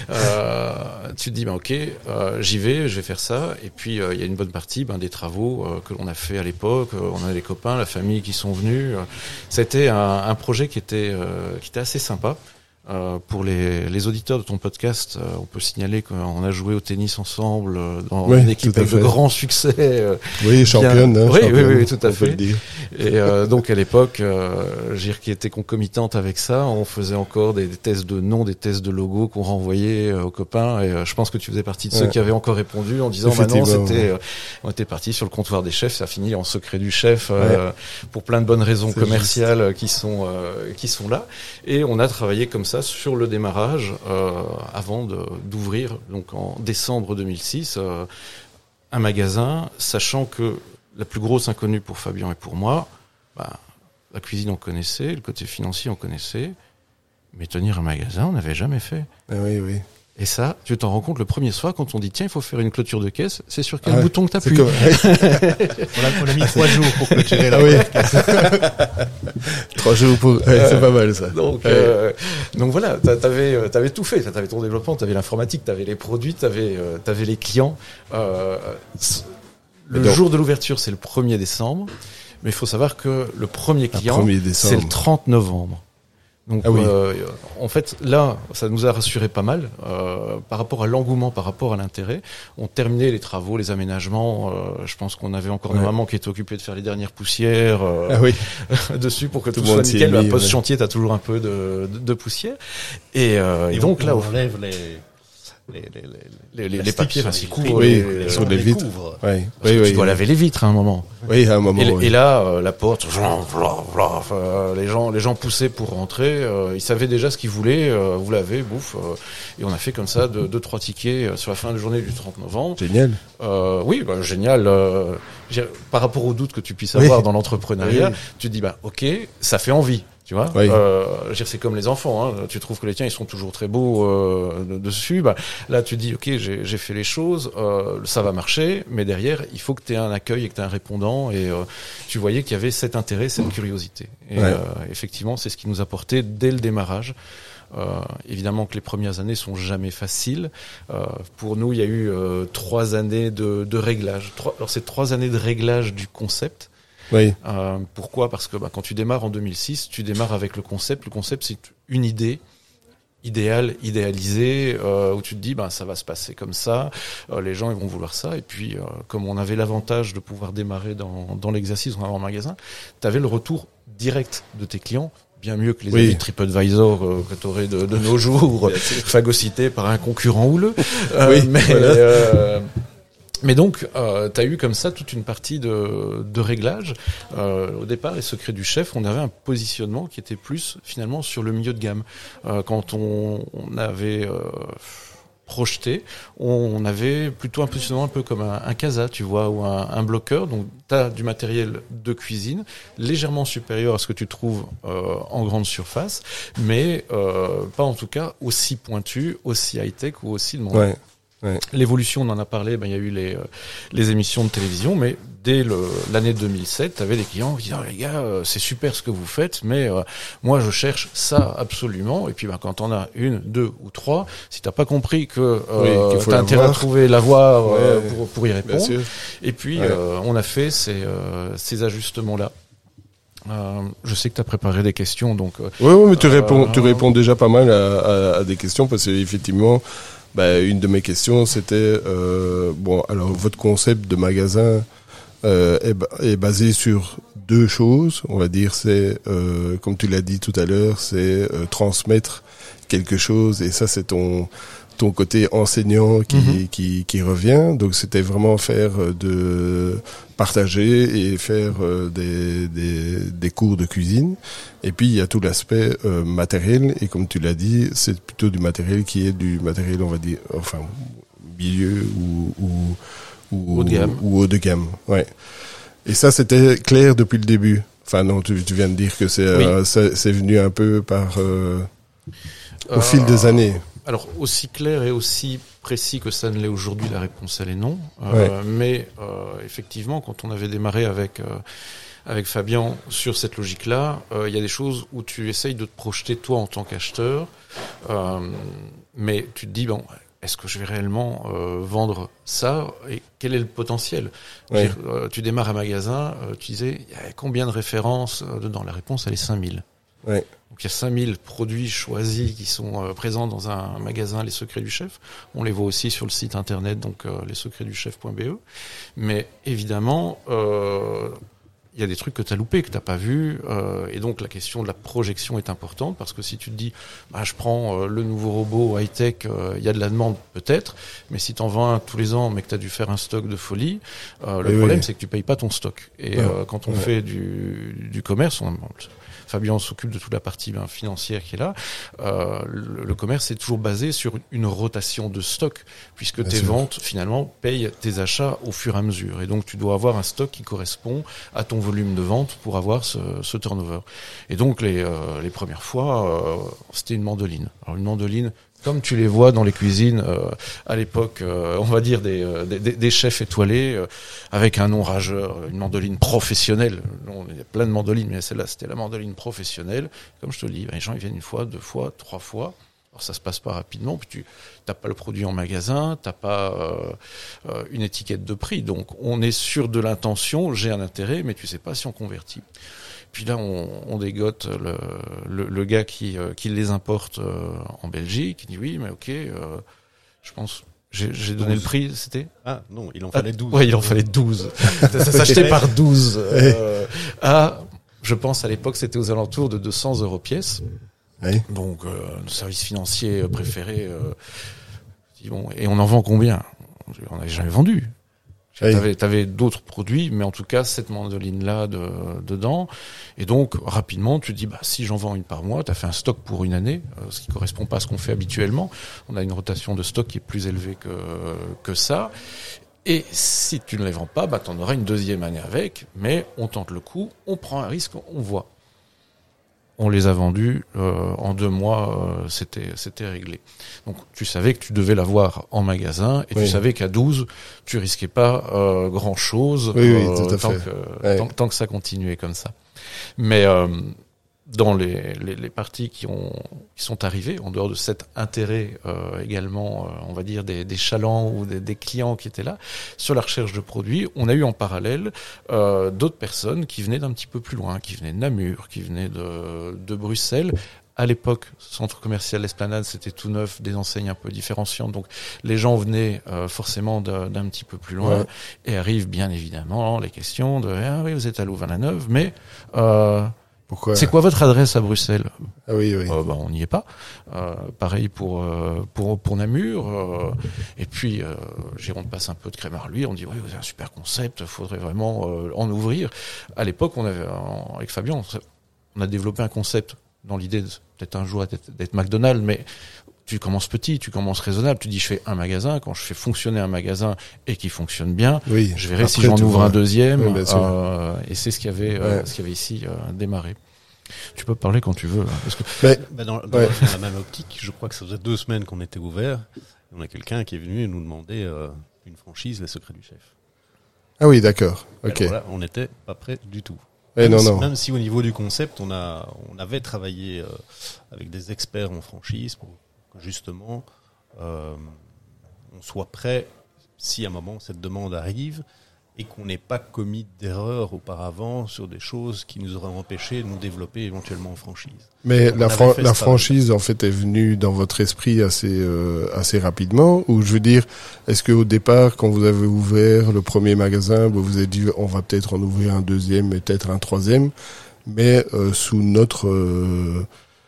euh, tu te dis, ben ok, euh, j'y vais, je vais faire ça. Et puis il euh, y a une bonne partie ben, des travaux euh, que l'on a fait à l'époque. Euh, on a les copains, la famille qui sont venus. Euh, C'était un, un projet qui était, euh, qui était assez sympa. Euh, pour les, les auditeurs de ton podcast, euh, on peut signaler qu'on a joué au tennis ensemble euh, dans Oui, une équipe tout à avec de fait. grands succès. Euh, Oui, championne. Hein, Oui, championne, oui, oui, tout à on peut fait. le dire. et euh, donc à l'époque, euh, je veux dire, qui était concomitante avec ça, on faisait encore des, des tests de nom, des tests de logo qu'on renvoyait euh, aux copains. Et euh, je pense que tu faisais partie de ceux Ouais. qui avaient encore répondu en disant, bah non, Effectivement, c'était, euh, on était parti sur le comptoir des chefs, ça finit en secret du chef euh, pour plein de bonnes raisons C'est commerciales euh, qui sont euh, qui sont là. Et on a travaillé comme ça sur le démarrage euh, avant de, d'ouvrir, donc en décembre deux mille six, euh, un magasin, sachant que la plus grosse inconnue pour Fabien et pour moi, bah, la cuisine on connaissait, le côté financier on connaissait, mais tenir un magasin on n'avait jamais fait. Ah oui, oui. Et ça, tu t'en rends compte le premier soir quand on dit tiens il faut faire une clôture de caisse, c'est sur quel Ah, bouton que c'est t'appuies. comme- On a, on a mis trois jours pour clôturer la Ah oui. Trois jours pour. Ouais, c'est pas mal ça. Donc, Ouais. euh, donc voilà, t'a- t'avais, euh, t'avais tout fait. T'avais ton développement, t'avais l'informatique, t'avais les produits, t'avais, euh, t'avais les clients. Euh, c- le Donc- jour de l'ouverture, c'est le premier décembre, mais il faut savoir que le premier client, premier c'est décembre. le trente novembre. Donc, Ah oui. euh, en fait, là, ça nous a rassuré pas mal euh, par rapport à l'engouement, par rapport à l'intérêt. On terminait les travaux, les aménagements. Euh, je pense qu'on avait encore Ouais. nos mamans qui étaient occupées de faire les dernières poussières. euh, Ah oui. dessus pour que tout, Tout le soit monde s'y nickel. est À mis, post ouais. chantier, t'as toujours un peu de, de, de poussière. Et, euh, et, Et donc on, là, on au- enlève les les les les, les, les, les plastiques papiers, sur enfin, les s'ils vitres. couvrent, Oui, les- sur on les les vitres. couvre. Oui, parce oui, que oui. tu dois laver les vitres à un moment. Oui, à un moment. Et, oui. et là, euh, la porte, vla, vla, vla, vla, euh, les gens, les gens poussaient pour rentrer. Euh, ils savaient déjà ce qu'ils voulaient. Euh, vous l'avez, bouffe. Euh, et on a fait comme ça deux, deux, trois tickets euh, sur la fin de journée du trente novembre. Génial. Euh, oui, bah, génial. Euh, j'ai- par rapport aux doutes que tu puisses Oui. avoir dans l'entrepreneuriat, Oui. tu te dis bah ok, ça fait envie. Tu vois, Oui. euh, je veux dire, c'est comme les enfants. Hein. Tu trouves que les tiens ils sont toujours très beaux euh, de- dessus. Bah, là, tu te dis ok, j'ai, j'ai fait les choses, euh, ça va marcher, mais derrière, il faut que tu aies un accueil et que tu aies un répondant. Et euh, tu voyais qu'il y avait cet intérêt, cette curiosité. Et Ouais. euh, effectivement, c'est ce qui nous a porté dès le démarrage. Euh, évidemment que les premières années sont jamais faciles. Euh, pour nous, il y a eu euh, trois années de, de réglage. Trois, alors c'est trois années de réglage du concept. Oui. Euh, pourquoi ? Parce que bah, quand tu démarres en deux mille six, tu démarres avec le concept. Le concept, c'est une idée idéale, idéalisée, euh, où tu te dis, bah, ça va se passer comme ça, euh, les gens ils vont vouloir ça. Et puis, euh, comme on avait l'avantage de pouvoir démarrer dans, dans l'exercice, on avait un magasin, tu avais le retour direct de tes clients, bien mieux que les Oui. avis de TripAdvisor euh, que tu aurais de, de nos jours, phagocytés par un concurrent houleux. Euh, Oui, mais, voilà. euh, mais donc, euh, tu as eu comme ça toute une partie de, de réglage. Euh, au départ, les secrets du chef, on avait un positionnement qui était plus finalement sur le milieu de gamme. Euh, quand on, on avait euh, projeté, on avait plutôt un positionnement un peu comme un, un casa, tu vois, ou un, un bloqueur. Donc, tu as du matériel de cuisine légèrement supérieur à ce que tu trouves euh, en grande surface, mais euh, pas en tout cas aussi pointu, aussi high-tech ou aussi demandé. Ouais. Ouais. L'évolution, on en a parlé, ben, il y a eu les, euh, les émissions de télévision, mais dès le, l'année deux mille sept, tu avais des clients qui disaient oh, « les gars, euh, c'est super ce que vous faites, mais euh, moi je cherche ça absolument ». Et puis ben, quand t'en as une, deux ou trois, si t'as pas compris que euh, oui, t'as intérêt à trouver l'avoir ouais, euh, pour, pour y répondre, et puis ouais. euh, on a fait ces, euh, ces ajustements-là. Euh, je sais que tu as préparé des questions, donc. Euh, oui, oui, mais tu euh, réponds, tu réponds déjà pas mal à, à, à des questions parce que effectivement, bah, une de mes questions c'était euh, bon, alors votre concept de magasin euh, est, est basé sur deux choses, on va dire, c'est euh, comme tu l'as dit tout à l'heure, c'est euh, transmettre quelque chose et ça c'est ton ton côté enseignant qui, mm-hmm. qui, qui revient. Donc c'était vraiment faire de partager et faire des, des, des cours de cuisine. Et puis il y a tout l'aspect euh, matériel. Et comme tu l'as dit, c'est plutôt du matériel qui est du matériel, on va dire, enfin, milieu ou, ou, ou, haut de gamme. Ou haut de gamme. Ouais. Et ça, c'était clair depuis le début. Enfin non, tu, tu viens de dire que c'est, oui. euh, c'est, c'est venu un peu par euh, au euh... fil des années. Alors, aussi clair et aussi précis que ça ne l'est aujourd'hui, la réponse, elle est non. Euh, ouais. Mais euh, effectivement, quand on avait démarré avec, euh, avec Fabien sur cette logique-là, euh, il y a des choses où tu essayes de te projeter, toi, en tant qu'acheteur, euh, mais tu te dis, bon, est-ce que je vais réellement euh, vendre ça et quel est le potentiel ? ouais. dire, euh, Tu démarres un magasin, euh, tu disais, il y a combien de références dedans ? La réponse, elle est cinq mille. Ouais. Donc il y a cinq mille produits choisis qui sont euh, présents dans un magasin Les Secrets du Chef. On les voit aussi sur le site internet, donc euh, les secrets du chef point b e. Mais évidemment, euh, il y a des trucs que tu as loupés, que tu n'as pas vus. Euh, et donc la question de la projection est importante parce que si tu te dis, bah, je prends euh, le nouveau robot high-tech, il euh, y a de la demande peut-être, mais si tu en vends un tous les ans mais que tu as dû faire un stock de folie, euh, le et problème oui. c'est que tu payes pas ton stock. Et ouais. euh, quand on ouais. fait du, du commerce, on... Fabien s'occupe de toute la partie ben, financière qui est là. Euh, le, le commerce est toujours basé sur une rotation de stock, puisque Bien tes sûr. ventes, finalement, payent tes achats au fur et à mesure. Et donc, tu dois avoir un stock qui correspond à ton volume de vente pour avoir ce, ce turnover. Et donc, les, euh, les premières fois, euh, c'était une mandoline. Alors, une mandoline, comme tu les vois dans les cuisines euh, à l'époque, euh, on va dire des, euh, des, des chefs étoilés, euh, avec un nom rageur, une mandoline professionnelle. On, il y a plein de mandolines, mais celle-là, c'était la mandoline professionnelle. Comme je te le dis, les gens ils viennent une fois, deux fois, trois fois. Alors ça se passe pas rapidement, puis tu t'as pas le produit en magasin, t'as pas euh, euh, une étiquette de prix. Donc on est sûr de l'intention, j'ai un intérêt, mais tu sais pas si on convertit. Puis là, on, on dégote le, le, le gars qui, euh, qui les importe euh, en Belgique. Il dit oui, mais ok, euh, je pense, j'ai, j'ai donné le prix, c'était Ah non, il en fallait douze. Ah, ouais, il en fallait douze. Ça s'achetait par douze. Euh, à, je pense à l'époque, c'était aux alentours de deux cents euros pièce. Oui. Donc, euh, nos services financiers préférés. Euh, dit, bon, et on en vend combien ? On n'avait jamais vendu. Oui. T'avais, t'avais d'autres produits, mais en tout cas, cette mandoline-là de, dedans. Et donc, rapidement, tu te dis, bah, si j'en vends une par mois, t'as fait un stock pour une année, euh, ce qui correspond pas à ce qu'on fait habituellement. On a une rotation de stock qui est plus élevée que, que ça. Et si tu ne les vends pas, bah, t'en auras une deuxième année avec, mais on tente le coup, on prend un risque, on voit. On les a vendus euh, en deux mois, euh, c'était c'était réglé. Donc tu savais que tu devais l'avoir en magasin et oui. tu savais qu'à douze, tu risquais pas euh, grand chose oui, euh, oui, tout à tant fait. que ouais. tant, tant que ça continuait comme ça. Mais euh, dans les, les les parties qui ont qui sont arrivées en dehors de cet intérêt euh, également, euh, on va dire des des chalands ou des, des clients qui étaient là sur la recherche de produits, on a eu en parallèle euh, d'autres personnes qui venaient d'un petit peu plus loin, qui venaient de Namur, qui venaient de de Bruxelles. À l'époque, centre commercial L'Esplanade, c'était tout neuf, des enseignes un peu différenciantes. Donc, les gens venaient euh, forcément d'un, d'un petit peu plus loin. Ouais. Et arrivent bien évidemment les questions de ah oui, vous êtes à Louvain-la-Neuve, mais euh, pourquoi c'est quoi votre adresse à Bruxelles ? Ah oui, oui. Euh, bah, on n'y est pas. Euh, pareil pour euh, pour pour Namur. Euh, et puis, euh, Jérôme passe un peu de crème à lui. On dit oui, vous avez un super concept. Faudrait vraiment euh, en ouvrir. À l'époque, on avait en, avec Fabien, on a développé un concept dans l'idée de peut-être un jour d'être, d'être McDonald's, mais tu commences petit, tu commences raisonnable, tu dis je fais un magasin, quand je fais fonctionner un magasin et qu'il fonctionne bien, oui. je verrai Après, si j'en ouvre vois. un deuxième, oui, euh, et c'est ce qu'il y avait, ouais. euh, ce qu'il y avait ici euh, démarré. Tu peux parler quand tu veux. Hein, parce que... Mais, bah dans, dans, ouais. dans la même optique, je crois que ça faisait deux semaines qu'on était ouvert, On a quelqu'un qui est venu nous demander euh, une franchise, les secrets du chef. Ah oui, d'accord. Ok. Alors là, on n'était pas prêt du tout. Eh Même, non, si, non. même si au niveau du concept, on a, on avait travaillé euh, avec des experts en franchise pour que justement euh, on soit prêt si à un moment cette demande arrive et qu'on n'ait pas commis d'erreur auparavant sur des choses qui nous auraient empêché de nous développer éventuellement en franchise. Mais Donc, la, on fran- avait fait la ce travail. franchise, en fait, est venue dans votre esprit assez euh, assez rapidement. Ou je veux dire, est-ce qu'au départ, quand vous avez ouvert le premier magasin, vous vous êtes dit, on va peut-être en ouvrir un deuxième et peut-être un troisième, mais euh, sous notre euh,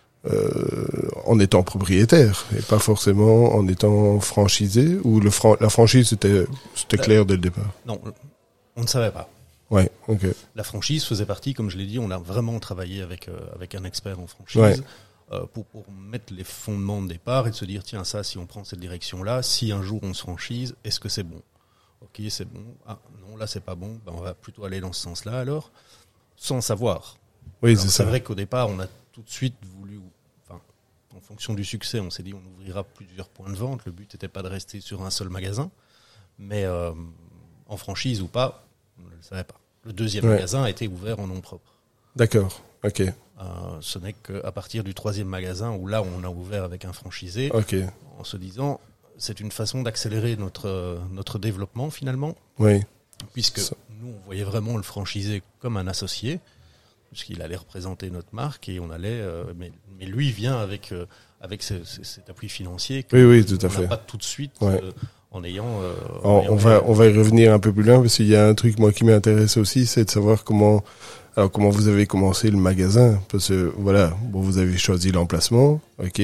euh, en étant propriétaire et pas forcément en étant franchisé. Ou le fran- la franchise, c'était c'était clair dès le départ. Non, on ne savait pas. Ouais, ok. La franchise faisait partie, comme je l'ai dit, on a vraiment travaillé avec euh, avec un expert en franchise Ouais. euh, pour pour mettre les fondements de départ et de se dire tiens ça si on prend cette direction-là, si un jour on se franchise, est-ce que c'est bon? Ok, c'est bon. Ah non, là c'est pas bon. Ben, on va plutôt aller dans ce sens-là alors, sans savoir. Oui, Alors, c'est c'est ça. vrai qu'au départ, on a tout de suite voulu, enfin, en fonction du succès, on s'est dit on ouvrira plusieurs points de vente. Le but n'était pas de rester sur un seul magasin, mais euh, en franchise ou pas, on ne le savait pas. Le deuxième Ouais. magasin a été ouvert en nom propre. D'accord. Ok. Euh, ce n'est qu'à partir du troisième magasin où là, on a ouvert avec un franchisé, Ok. en se disant c'est une façon d'accélérer notre euh, notre développement finalement, Oui. puisque Ça. nous, on voyait vraiment le franchisé comme un associé, puisqu'il allait représenter notre marque et on allait, euh, mais, mais lui vient avec euh, avec ce, ce, cet appui financier que Oui, oui, tout à on fait. n'a pas tout de suite Ouais. euh, en ayant. Euh, On, en ayant on va on va y revenir un peu plus loin parce qu'il y a un truc moi qui m'intéresse aussi, c'est de savoir comment alors comment vous avez commencé le magasin parce que voilà bon vous avez choisi l'emplacement, ok.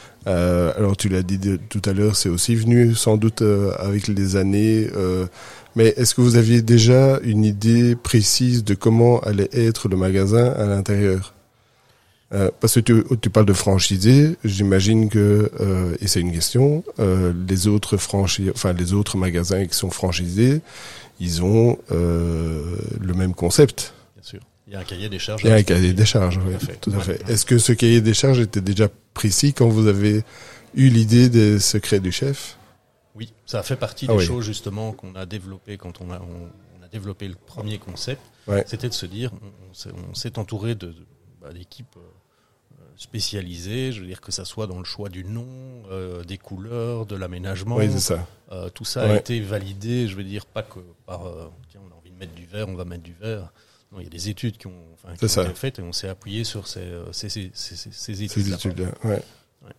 Euh, alors tu l'as dit de, tout à l'heure, c'est aussi venu sans doute euh, avec les années. Euh, mais est-ce que vous aviez déjà une idée précise de comment allait être le magasin à l'intérieur? Euh, parce que tu, tu parles de franchisé, j'imagine que euh, et c'est une question. Euh, les autres franchis, enfin les autres magasins qui sont franchisés, ils ont euh, le même concept. Bien sûr, il y a un cahier des charges. Il y a un cahier des charges, oui, Tout à fait. tout à Ouais. fait. Est-ce que ce cahier des charges était déjà précis quand vous avez eu l'idée des secrets du chef? Oui, ça a fait partie Ah des oui. choses justement qu'on a développées quand on a on, on a développé le premier concept. Ouais. C'était de se dire on, on s'est, on s'est entouré de, de bah, d'équipes euh, spécialisées, je veux dire que ça soit dans le choix du nom, euh, des couleurs, de l'aménagement. Oui, c'est ça. Euh, tout ça a Ouais. été validé, je veux dire, pas que par euh, tiens, on a envie de mettre du vert, on va mettre du vert. Non, il y a des études qui ont, enfin, qui C'est ont ça. été faites et on s'est appuyé sur ces, euh, ces, ces, ces, ces Ces études-là. études-là, ouais. Ouais.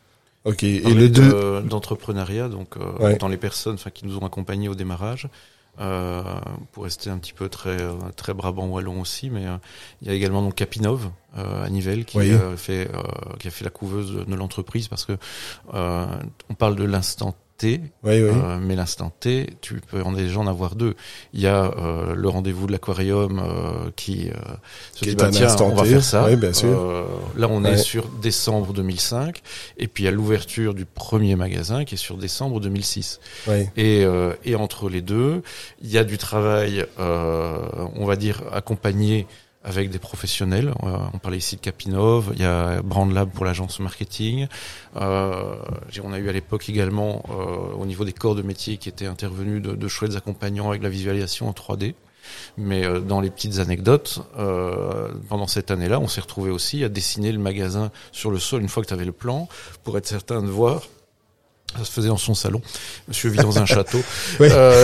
Ok. Et Parler le de- deux. d'entrepreneuriat, donc euh, Ouais. dans les personnes, enfin, qui nous ont accompagnés au démarrage. Euh, pour rester un petit peu très euh, très Brabant wallon aussi, mais euh, il y a également donc Capinov euh, à Nivelles qui Oui. euh, fait euh, qui a fait la couveuse de, de l'entreprise parce que euh, on parle de l'instant T, Oui, oui. euh, mais l'instant T, tu peux en déjà en avoir deux. Il y a euh, le rendez-vous de l'aquarium euh, qui euh, se Qui dit est bah un tiens, instant on va T. faire ça. Oui, bien sûr. Euh, là, on Ouais. est sur décembre deux mille cinq, et puis il y a l'ouverture du premier magasin qui est sur décembre deux mille six. Oui. Et, euh, et entre les deux, il y a du travail, euh, on va dire, accompagné avec des professionnels. Euh, on parlait ici de Capinov, il y a Brandlab pour l'agence marketing. Euh, j'ai- on a eu à l'époque également, euh, au niveau des corps de métier qui étaient intervenus, de, de chouettes accompagnants avec la visualisation en trois D. Mais euh, dans les petites anecdotes, euh, pendant cette année-là, on s'est retrouvé aussi à dessiner le magasin sur le sol une fois que tu avais le plan, pour être certain de voir. Ça se faisait dans son salon. Monsieur vit dans un château. Oui. Euh,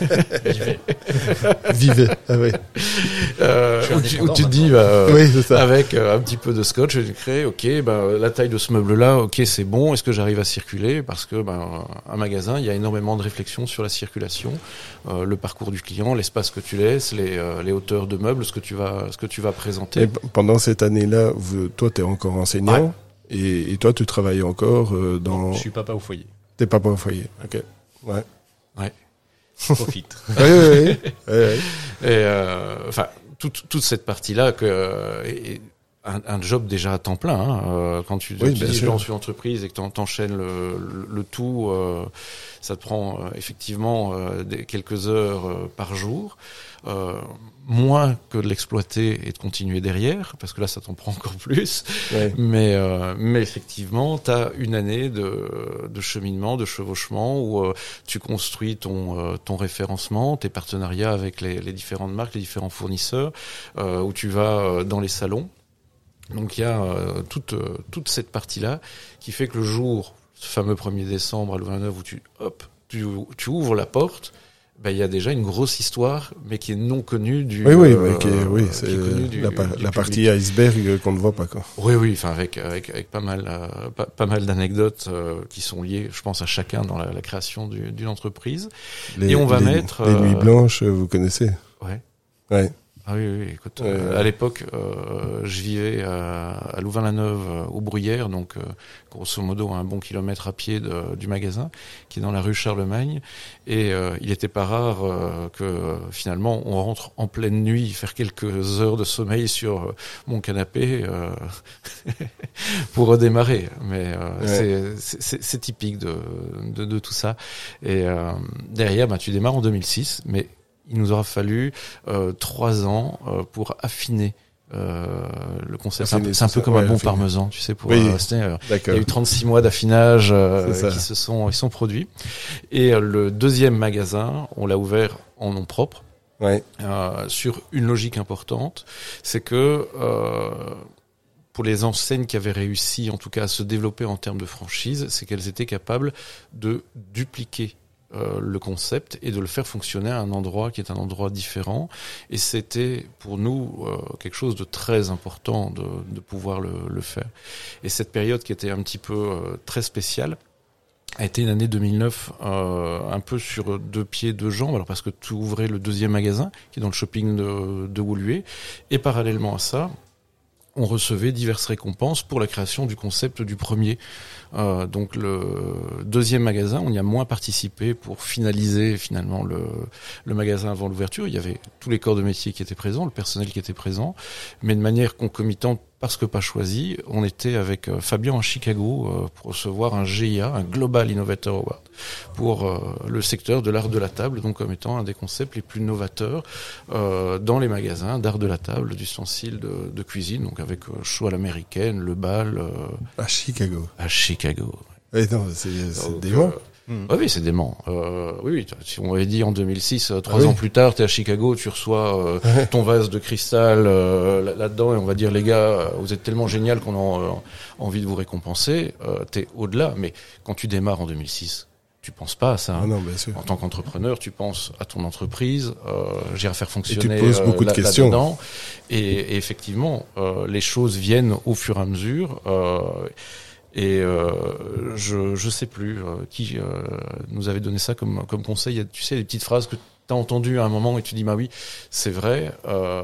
Vivez. Ah, oui. euh, Je suis où, tu, où indépendant tu te dis, bah, euh, Oui, c'est ça. avec euh, un petit peu de scotch, j'ai créé, ok, ben la taille de ce meuble-là, ok, c'est bon. Est-ce que j'arrive à circuler? Parce que ben, un magasin, il y a énormément de réflexion sur la circulation, euh, le parcours du client, l'espace que tu laisses, les, euh, les hauteurs de meubles, ce que tu vas, ce que tu vas présenter. Et p- pendant cette année-là, vous, toi, tu es encore enseignant. Ouais. Et, et toi, tu travailles encore euh, dans... Je suis papa au foyer. T'es papa au foyer. Ok. Ouais. Profite. Oui, oui, oui. Oui, oui. Et euh, enfin, toute toute cette partie-là que euh, et- un, un job déjà à temps plein. Hein. Euh, quand tu, oui, tu dis sûr. dans une entreprise et que tu t'enchaînes le, le, le tout, euh, ça te prend euh, effectivement euh, des, quelques heures euh, par jour. Euh, moins que de l'exploiter et de continuer derrière, parce que là, ça t'en prend encore plus. Ouais. Mais, euh, mais effectivement, tu as une année de, de cheminement, de chevauchement, où euh, tu construis ton, euh, ton référencement, tes partenariats avec les, les différentes marques, les différents fournisseurs, euh, où tu vas euh, dans les salons. Donc il y a euh, toute, euh, toute cette partie-là qui fait que le jour, ce fameux premier décembre à Louvain-Neuve, où tu, hop, tu, tu ouvres la porte, ben, il y a déjà une grosse histoire, mais qui est non connue du. Oui, oui, euh, mais qui est, oui, c'est qui est connue du, la, pa- du la public. partie iceberg qu'on ne voit pas, quoi. Oui, oui, enfin avec avec avec pas mal euh, pas, pas mal d'anecdotes euh, qui sont liées, je pense, à chacun dans la, la création du, d'une entreprise. Les, Et on va les, mettre les euh, nuits blanches, vous connaissez. Ouais. Ouais. Ah oui, oui, écoute, Ouais, euh, ouais. à l'époque, euh, je vivais à, à Louvain-la-Neuve, euh, au Bruyères, donc euh, grosso modo un bon kilomètre à pied de, du magasin, qui est dans la rue Charlemagne. Et euh, il n'était pas rare euh, que euh, finalement on rentre en pleine nuit, faire quelques heures de sommeil sur euh, mon canapé euh, pour redémarrer. Mais euh, Ouais. c'est, c'est, c'est, c'est typique de, de, de tout ça. Et euh, derrière, bah, tu démarres en deux mille six, mais il nous aura fallu euh, trois ans euh, pour affiner euh, le concept. C'est un peu, Affiner c'est un tout peu ça, comme ouais, un bon affiner. parmesan, tu sais, pour Oui. euh, rester. Euh, il D'accord. y a eu trente-six mois d'affinage euh, C'est ça. qui se sont, ils sont produits. Et euh, le deuxième magasin, on l'a ouvert en nom propre, Ouais. euh, sur une logique importante, c'est que euh, pour les enseignes qui avaient réussi, en tout cas, à se développer en termes de franchise, c'est qu'elles étaient capables de dupliquer Euh, le concept et de le faire fonctionner à un endroit qui est un endroit différent. Et c'était pour nous euh, quelque chose de très important de, de pouvoir le, le faire. Et cette période qui était un petit peu euh, très spéciale a été une année deux mille neuf euh, un peu sur deux pieds, deux jambes, alors parce que tu ouvrais le deuxième magasin qui est dans le shopping de, de Woluwe, et parallèlement à ça, on recevait diverses récompenses pour la création du concept du premier. Euh, donc le deuxième magasin, on y a moins participé pour finaliser finalement le, le magasin avant l'ouverture. Il y avait tous les corps de métier qui étaient présents, le personnel qui était présent, mais de manière concomitante, parce que pas choisi, on était avec euh, Fabien à Chicago euh, pour recevoir un G I A, un Global Innovator Award, pour euh, le secteur de l'art de la table, donc comme étant un des concepts les plus novateurs euh, dans les magasins d'art de la table, d'ustensiles de, de cuisine, donc avec euh, choix à l'américaine, le bal euh, À Chicago. à Chicago. Ouais, non, c'est, c'est Donc, dément. euh, Mm. Oui, oui, c'est dément. Euh, oui, oui, si on avait dit en deux mille six, euh, trois Ah oui. ans plus tard, t'es à Chicago, tu reçois euh, ton vase de cristal euh, là- là-dedans, et on va dire, les gars, euh, vous êtes tellement génial qu'on a euh, envie de vous récompenser, euh, t'es au-delà. Mais quand tu démarres en deux mille six, tu penses pas à ça. Ah hein. non, bien sûr. En tant qu'entrepreneur, tu penses à ton entreprise, euh, j'ai à faire fonctionner poses beaucoup de là- questions. là-dedans. Et, et effectivement, euh, les choses viennent au fur et à mesure. Euh, et euh, je je sais plus euh, qui euh, nous avait donné ça comme comme conseil. Il y a, tu sais, des petites phrases que tu as entendues à un moment et tu dis bah oui, c'est vrai. Euh,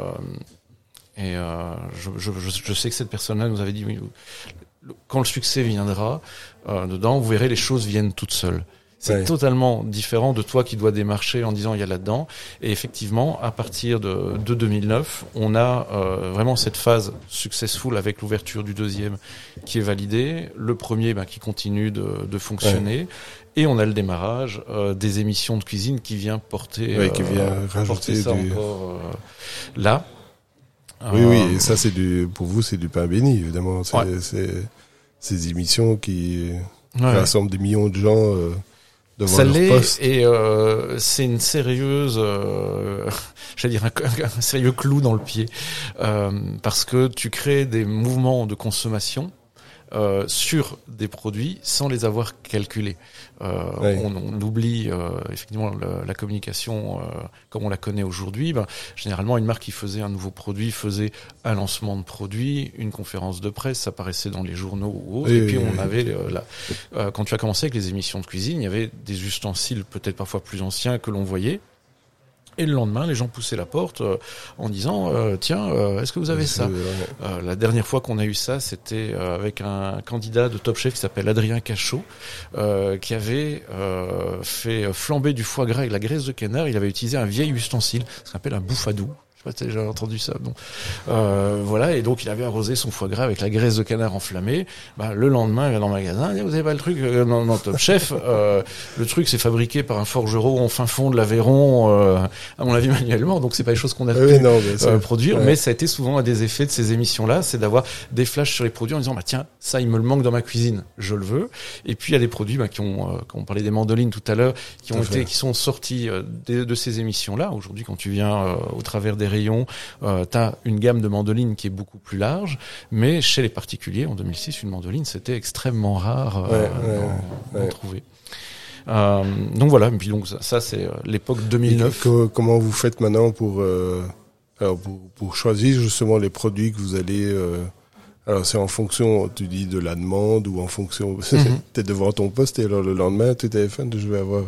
et euh, je, je je je sais que cette personne-là nous avait dit oui, le- quand le succès viendra, euh, dedans, vous verrez, les choses viennent toutes seules. C'est Ouais. totalement différent de toi qui dois démarcher en disant il y a là-dedans. Et effectivement, à partir de, de deux mille neuf, on a euh, vraiment cette phase successful avec l'ouverture du deuxième qui est validée, le premier ben, qui continue de, de fonctionner, et on a le démarrage euh, des émissions de cuisine qui vient porter, Ouais, qui vient euh, rajouter porter ça du- encore euh, là. Oui, Euh, oui, et ça, c'est du, pour vous, c'est du pain béni, évidemment. C'est, Ouais. c'est, ces émissions qui ouais. rassemblent des millions de gens euh, devant Ça leur l'est, poste. et euh, c'est une sérieuse, euh, j'allais dire un, un sérieux clou dans le pied, euh, parce que tu crées des mouvements de consommation euh, sur des produits sans les avoir calculés. Euh, Ouais. on, on oublie euh, effectivement le- la communication euh, comme on la connaît aujourd'hui. Ben, généralement, une marque qui faisait un nouveau produit faisait un lancement de produit, une conférence de presse, ça apparaissait dans les journaux ou autres. Oui, et oui, puis oui, on oui. avait euh, la, euh, quand tu as commencé avec les émissions de cuisine, il y avait des ustensiles peut-être parfois plus anciens que l'on voyait. Et le lendemain, les gens poussaient la porte euh, en disant euh, tiens, euh, est-ce que vous avez ça? C'est- Euh, la dernière fois qu'on a eu ça, c'était euh, avec un candidat de Top Chef qui s'appelle Adrien Cachot, euh, qui avait euh, fait flamber du foie gras avec la graisse de canard. Il avait utilisé un vieil ustensile, ce qu'on appelle un bouffadou. Je sais pas, t'as déjà entendu ça, non. Euh, voilà, et donc il avait arrosé son foie gras avec la graisse de canard enflammée. Bah, le lendemain, il vient dans le magasin, il dit, vous avez pas le truc, euh, non, non, Top Chef, euh, le truc c'est fabriqué par un forgeron en fin fond de l'Aveyron, euh, à mon avis manuellement, donc c'est pas des choses qu'on a oui, pu non, mais euh, produire, ouais. mais ça a été souvent un des effets de ces émissions-là, c'est d'avoir des flashs sur les produits en disant, bah tiens, ça il me le manque dans ma cuisine, je le veux. Et puis il y a des produits bah, qui ont, euh, quand on parlait des mandolines tout à l'heure, qui ont tout été, fait. qui sont sortis euh, de, de ces émissions-là. Aujourd'hui, quand tu viens euh, au travers des rayons, euh, tu as une gamme de mandolines qui est beaucoup plus large, mais chez les particuliers, en deux mille six, une mandoline, c'était extrêmement rare euh, Ouais, ouais, d'en, ouais. d'en trouver. Euh, donc voilà, et puis donc ça, ça c'est euh, l'époque deux mille neuf. Et co- comment vous faites maintenant pour, euh, alors pour, pour choisir justement les produits que vous allez... Euh, alors c'est en fonction, tu dis, de la demande ou en fonction... Mm-hmm. T'es devant ton poste et alors le lendemain, tu téléphones, je vais avoir...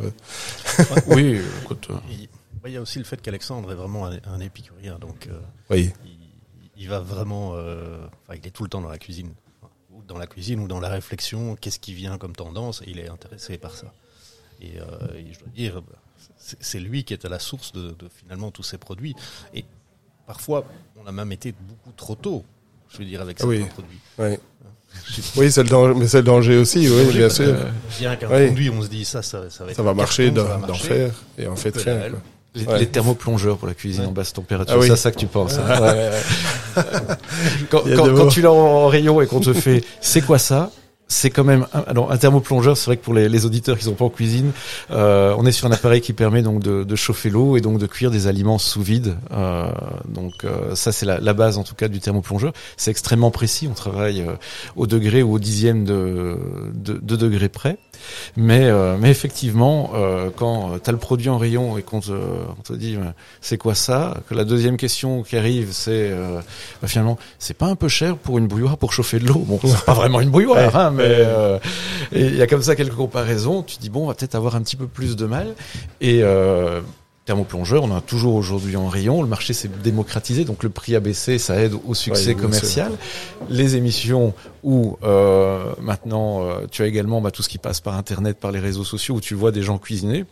Oui, écoute... Euh... Il y a aussi le fait qu'Alexandre est vraiment un, un épicurien, donc euh, oui. il, il va vraiment... Euh, enfin, il est tout le temps dans la cuisine. Ou dans la cuisine ou dans la réflexion, qu'est-ce qui vient comme tendance, et il est intéressé par ça. Et, euh, et je dois dire, c'est, c'est lui qui est à la source de, de finalement tous ces produits. Et parfois, on a même été beaucoup trop tôt, je veux dire, avec certains oui. produits. Oui. Oui, c'est le danger, mais c'est le danger aussi, oui, bien sûr. Euh, bien qu'un oui. produit, on se dit ça, ça, ça va être ça va marcher, carton, d'en, ça va d'en marcher. faire, et en fait rien. Quoi. Les, ouais. les thermoplongeurs pour la cuisine ouais. en basse température, ah, oui. c'est ça que tu penses. Hein. Ouais, ouais, ouais. quand quand, mots. quand tu l'as en rayon et qu'on te fait, c'est quoi ça ? C'est quand même un, alors un thermoplongeur. C'est vrai que pour les, les auditeurs qui sont pas en cuisine, euh, on est sur un appareil qui permet donc de, de chauffer l'eau et donc de cuire des aliments sous vide. Euh, donc euh, ça c'est la, la base en tout cas du thermoplongeur. C'est extrêmement précis. On travaille euh, au degré ou au dixième de, de, de degré près. Mais euh, mais effectivement, euh, quand t'as le produit en rayon et qu'on te, on te dit euh, c'est quoi ça, que la deuxième question qui arrive c'est euh, bah, finalement c'est pas un peu cher pour une bouilloire pour chauffer de l'eau. Bon, c'est pas vraiment une bouilloire. Ouais. Hein, mais euh, et il y a comme ça quelques comparaisons. Tu dis bon, on va peut-être avoir un petit peu plus de mal. Et euh, thermoplongeur, on en a toujours aujourd'hui en rayon. Le marché s'est démocratisé, donc le prix a baissé, ça aide au succès ouais, commercial. Les émissions où euh, maintenant euh, tu as également bah, tout ce qui passe par Internet, par les réseaux sociaux, où tu vois des gens cuisiner.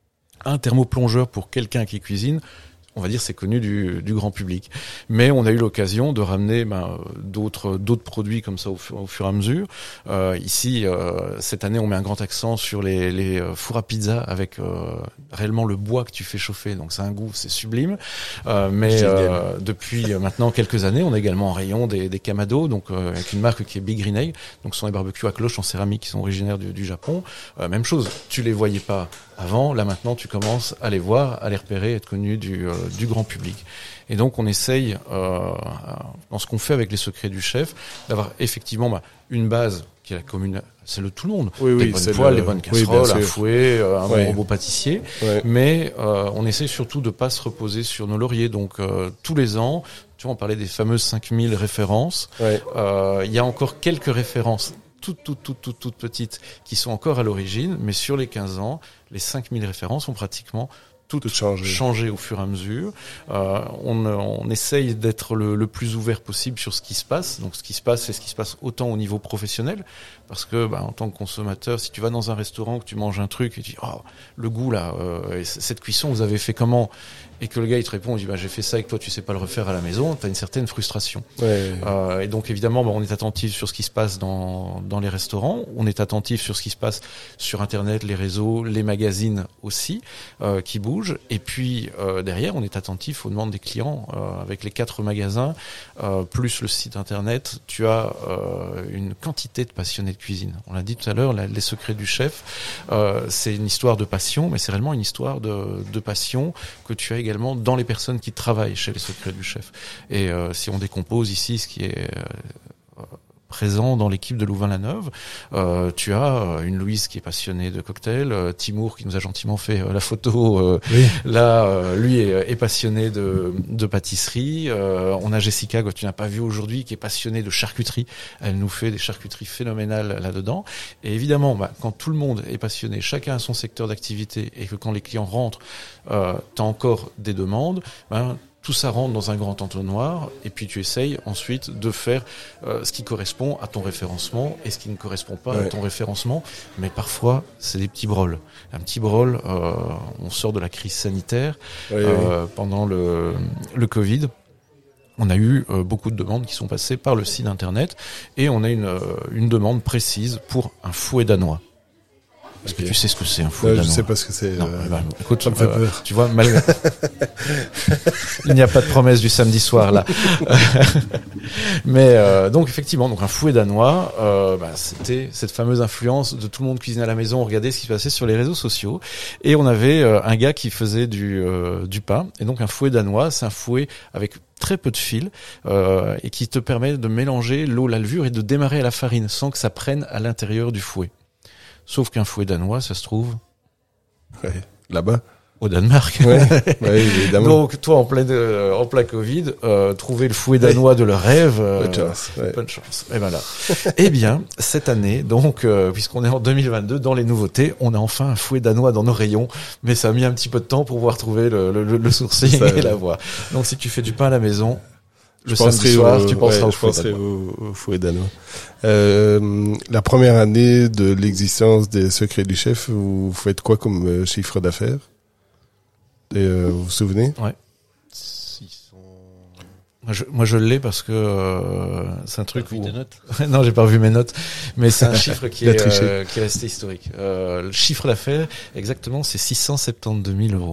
Un thermoplongeur pour quelqu'un qui cuisine, on va dire c'est connu du, du grand public. Mais on a eu l'occasion de ramener ben, d'autres d'autres produits comme ça au fur, au fur et à mesure. Euh, ici, euh, cette année, on met un grand accent sur les, les fours à pizza avec euh, réellement le bois que tu fais chauffer. Donc c'est un goût, c'est sublime. Euh, mais euh, depuis maintenant quelques années, on a également en rayon des, des Kamado, donc euh, avec une marque qui est Big Green Egg. Donc ce sont des barbecues à cloche en céramique qui sont originaires du, du Japon. Euh, même chose, tu les voyais pas avant. Là maintenant, tu commences à les voir, à les repérer, être connu du euh, du grand public. Et donc on essaye, euh, dans ce qu'on fait avec les secrets du chef, d'avoir effectivement bah, une base qui est la commune, c'est le tout le monde. Oui, les oui, bonnes c'est poêles, le... les bonnes casseroles, oui, un fouet, euh, un oui. bon robot pâtissier. Oui. Mais euh, on essaye surtout de pas se reposer sur nos lauriers. Donc euh, tous les ans, tu vois, on parlait des fameuses cinq mille références. Oui. Euh, il y a encore quelques références toutes, toutes, toutes, toutes, toutes petites qui sont encore à l'origine, mais sur les quinze ans, les cinq mille références ont pratiquement tout changer. changer au fur et à mesure. Euh, on, on essaye d'être le, le plus ouvert possible sur ce qui se passe. Donc ce qui se passe, c'est ce qui se passe autant au niveau professionnel, parce que bah, en tant que consommateur, si tu vas dans un restaurant, que tu manges un truc et tu dis oh le goût là, euh, cette cuisson vous avez fait comment, et que le gars il te répond, il dit bah j'ai fait ça et que toi tu sais pas le refaire à la maison, t'as une certaine frustration. Ouais. Euh, et donc évidemment, bah, on est attentif sur ce qui se passe dans dans les restaurants, on est attentif sur ce qui se passe sur Internet, les réseaux, les magazines aussi euh, qui bougent. Et puis euh, derrière, on est attentif aux demandes des clients. Euh, avec les quatre magasins, euh, plus le site internet, tu as euh, une quantité de passionnés de cuisine. On l'a dit tout à l'heure, la, les secrets du chef, euh, c'est une histoire de passion, mais c'est réellement une histoire de, de passion que tu as également dans les personnes qui travaillent chez les secrets du chef. Et euh, si on décompose ici ce qui est... Euh, présent dans l'équipe de Louvain-la-Neuve. Euh, tu as une Louise qui est passionnée de cocktails, euh, Timour qui nous a gentiment fait euh, la photo. Euh, oui. Là, euh, lui est, est passionné de, de pâtisserie. Euh, on a Jessica que tu n'as pas vu aujourd'hui qui est passionnée de charcuterie. Elle nous fait des charcuteries phénoménales là-dedans. Et évidemment, bah, quand tout le monde est passionné, chacun a son secteur d'activité et que quand les clients rentrent, euh, tu as encore des demandes, bah, tout ça rentre dans un grand entonnoir, et puis tu essayes ensuite de faire euh, ce qui correspond à ton référencement et ce qui ne correspond pas ouais. à ton référencement. Mais parfois, c'est des petits brols. Un petit brol, euh, on sort de la crise sanitaire oui, euh, oui. pendant le, le Covid. On a eu euh, beaucoup de demandes qui sont passées par le site internet, et on a une, euh, une demande précise pour un fouet danois. Est-ce okay. que tu sais ce que c'est un fouet non, danois? Je sais pas ce que c'est. Non, euh... eh ben, écoute, ça me fait euh, peur. Tu vois, malgré... il n'y a pas de promesse du samedi soir là. Mais euh, donc effectivement, donc un fouet danois, euh, bah, c'était cette fameuse influence de tout le monde cuisiner à la maison, on regardait ce qui se passait sur les réseaux sociaux, et on avait euh, un gars qui faisait du euh, du pain, et donc un fouet danois, c'est un fouet avec très peu de fil euh, et qui te permet de mélanger l'eau, la levure et de démarrer à la farine sans que ça prenne à l'intérieur du fouet. Sauf qu'un fouet danois, ça se trouve ouais, là-bas, au Danemark. Ouais, ouais, évidemment. Donc toi, en plein euh, en plein Covid, euh, trouver le fouet danois ouais. de leur rêve, euh, bonne chance. Ouais. Bonne chance. Et ben là. Eh bien, cette année, donc, euh, puisqu'on est en deux mille vingt-deux, dans les nouveautés, on a enfin un fouet danois dans nos rayons, mais ça a mis un petit peu de temps pour pouvoir trouver le, le, le sourcing ça, et ouais. la voie. Donc, si tu fais du pain à la maison, le samedi soir, au, tu penseras ouais, au, je fouet penserai au, au fouet danois. Euh, la première année de l'existence des Secrets du Chef, vous faites quoi comme euh, chiffre d'affaires? Et euh, vous vous souvenez? Ouais. six cents... Moi, je, moi, je l'ai parce que euh, c'est un truc où... tes notes non, j'ai pas revu mes notes, mais c'est un chiffre qui est euh, qui est resté historique. Euh, le chiffre d'affaires, exactement, c'est six cent soixante-douze mille euros.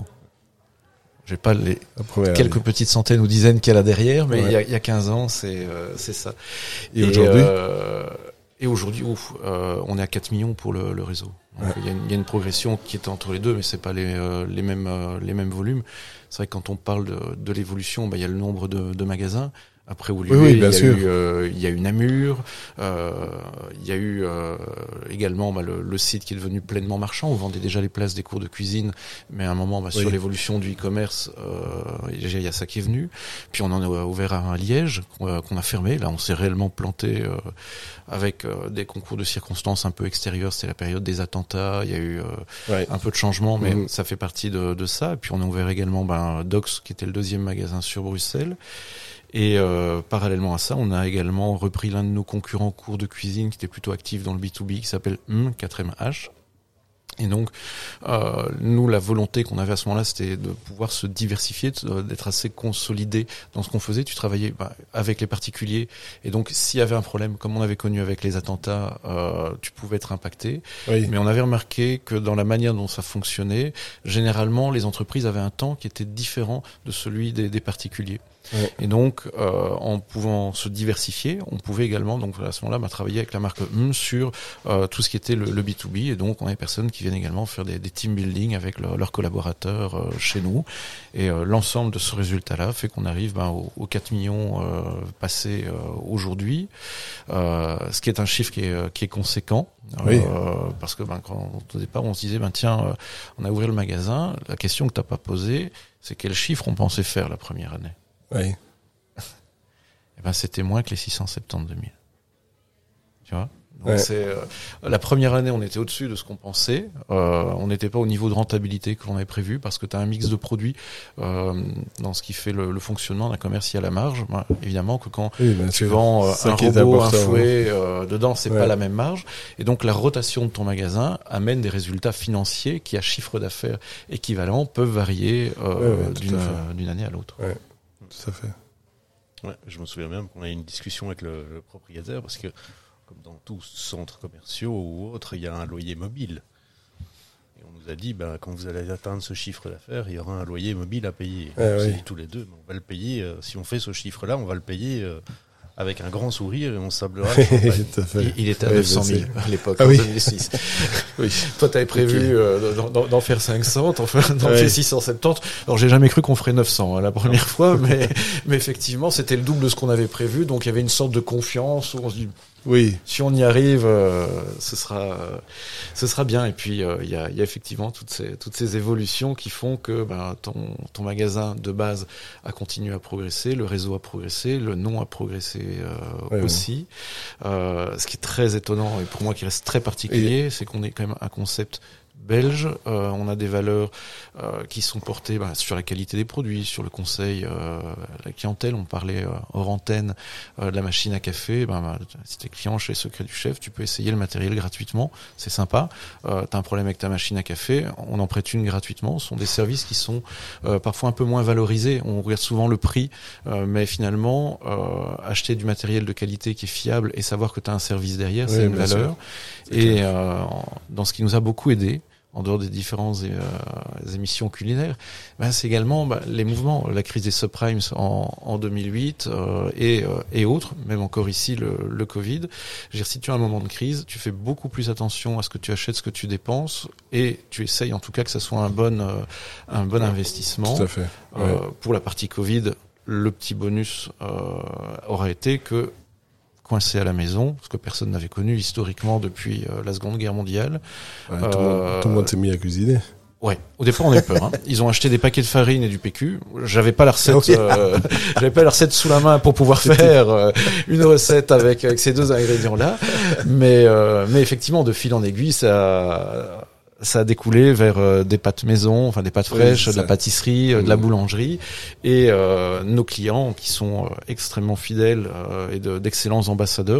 J'ai pas les quelques année. petites centaines ou dizaines qu'il y a là derrière, mais ouais. il, y a, il y a quinze ans, c'est euh, c'est ça. Et, et aujourd'hui euh, Et aujourd'hui, ouf, euh, on est à quatre millions pour le, le réseau. Donc, ouais. il, y a une, il y a une progression qui est entre les deux, mais c'est pas les euh, les mêmes euh, les mêmes volumes. C'est vrai que quand on parle de, de l'évolution, bah il y a le nombre de, de magasins. Après Woluwe, oui, oui, il, y a eu, euh, il y a eu Namur, euh, il y a eu euh, également bah, le, le site qui est devenu pleinement marchand. On vendait déjà les places des cours de cuisine, mais à un moment, bah, oui. sur l'évolution du e-commerce, euh, il y a ça qui est venu. Puis on en a ouvert un à Liège qu'on, qu'on a fermé. Là, on s'est réellement planté euh, avec euh, des concours de circonstances un peu extérieurs. C'était la période des attentats. Il y a eu euh, ouais. un peu de changement, mais mmh. ça fait partie de, de ça. Et puis on a ouvert également bah, Dox, qui était le deuxième magasin sur Bruxelles. Et euh, parallèlement à ça, on a également repris l'un de nos concurrents cours de cuisine qui était plutôt actif dans le B deux B, qui s'appelle M quatre M H. Et donc, euh, nous, la volonté qu'on avait à ce moment-là, c'était de pouvoir se diversifier, d'être assez consolidé dans ce qu'on faisait. Tu travaillais bah, avec les particuliers, et donc s'il y avait un problème, comme on avait connu avec les attentats, euh, tu pouvais être impacté. Oui. Mais on avait remarqué que dans la manière dont ça fonctionnait, généralement, les entreprises avaient un temps qui était différent de celui des, des particuliers. Ouais. Et donc, euh, en pouvant se diversifier, on pouvait également, donc à ce moment-là, bah, travailler avec la marque M sur euh, tout ce qui était le, le B deux B. Et donc, on a des personnes qui viennent également faire des, des team building avec le, leurs collaborateurs euh, chez nous. Et euh, l'ensemble de ce résultat-là fait qu'on arrive bah, aux, aux quatre millions euh, passés euh, aujourd'hui, euh, ce qui est un chiffre qui est, qui est conséquent. Oui. Euh, parce que ben, quand, au départ, on se disait, ben tiens, euh, on a ouvert le magasin. La question que t'as pas posée, c'est quel chiffre on pensait faire la première année. Oui. Et ben c'était moins que les six cent soixante-douze mille. Tu vois. Donc ouais. c'est euh, la première année, on était au-dessus de ce qu'on pensait. Euh, on n'était pas au niveau de rentabilité que l'on avait prévu parce que tu as un mix de produits euh, dans ce qui fait le, le fonctionnement d'un commerce. Il y a la marge. Ben, évidemment que quand oui, tu vends euh, un robot, un fouet, euh, dedans, c'est ouais. pas la même marge. Et donc la rotation de ton magasin amène des résultats financiers qui, à chiffre d'affaires équivalent, peuvent varier euh, ouais, ouais, d'une, euh, d'une année à l'autre. Ouais. Tout à fait. Ouais, je me souviens même qu'on a eu une discussion avec le, le propriétaire parce que, comme dans tous centres commerciaux ou autres, il y a un loyer mobile. Et on nous a dit, ben, quand vous allez atteindre ce chiffre d'affaires, il y aura un loyer mobile à payer. Ah, on s'est oui. dit tous les deux, on va le payer. Euh, si on fait ce chiffre-là, on va le payer euh, avec un grand sourire et on sablera. il, il était à ouais, neuf cent mille à l'époque, ah, en oui. deux mille six. Oui. Toi, t'avais prévu okay. euh, d'en, d'en faire cinq cents, t'en fais, t'en ouais. fais six cent soixante-dix. Alors, j'ai jamais cru qu'on ferait neuf cents hein, la première non. fois, mais, mais effectivement, c'était le double de ce qu'on avait prévu. Donc, il y avait une sorte de confiance où on se dit, oui, si on y arrive, euh, ce sera, euh, ce sera bien. Et puis, il euh, y, a, y a effectivement toutes ces, toutes ces évolutions qui font que ben, ton, ton magasin de base a continué à progresser, le réseau a progressé, le nom a progressé euh, ouais, aussi. Ouais. Euh, ce qui est très étonnant et pour moi qui reste très particulier, et... c'est qu'on est quand même un concept belge. Euh, on a des valeurs euh, qui sont portées bah, sur la qualité des produits, sur le conseil, euh, la clientèle. On parlait euh, hors antenne euh, de la machine à café. Ben, bah, si t'es client chez Secret du Chef, tu peux essayer le matériel gratuitement. C'est sympa. Euh, t'as un problème avec ta machine à café, on en prête une gratuitement. Ce sont des services qui sont euh, parfois un peu moins valorisés. On regarde souvent le prix, euh, mais finalement, euh, acheter du matériel de qualité qui est fiable et savoir que tu as un service derrière, oui, c'est une valeur. Et euh, dans ce qui nous a beaucoup aidé, en dehors des différentes euh, émissions culinaires, ben c'est également ben, les mouvements, la crise des subprimes en, en deux mille huit euh, et, euh, et autres, même encore ici le, le Covid. Je veux dire, si tu as un moment de crise, tu fais beaucoup plus attention à ce que tu achètes, ce que tu dépenses, et tu essayes en tout cas que ça soit un bon, euh, un bon investissement. Tout à fait. Ouais. Euh, pour la partie Covid, le petit bonus euh, aurait été que coincé à la maison, ce que personne n'avait connu historiquement depuis euh, la Seconde Guerre mondiale. Ouais, tout, euh, le tout le monde s'est mis à cuisiner. Ouais, au départ on a eu peur. Hein. Ils ont acheté des paquets de farine et du P Q. J'avais pas la recette, okay. euh, j'avais pas la recette sous la main pour pouvoir faire euh, une recette avec avec ces deux ingrédients-là. Mais euh, mais effectivement, de fil en aiguille, ça ça a découlé vers euh, des pâtes maison, enfin des pâtes fraîches, oui, de la pâtisserie, euh, de la boulangerie, et euh, nos clients qui sont euh, extrêmement fidèles euh, et de, d'excellents ambassadeurs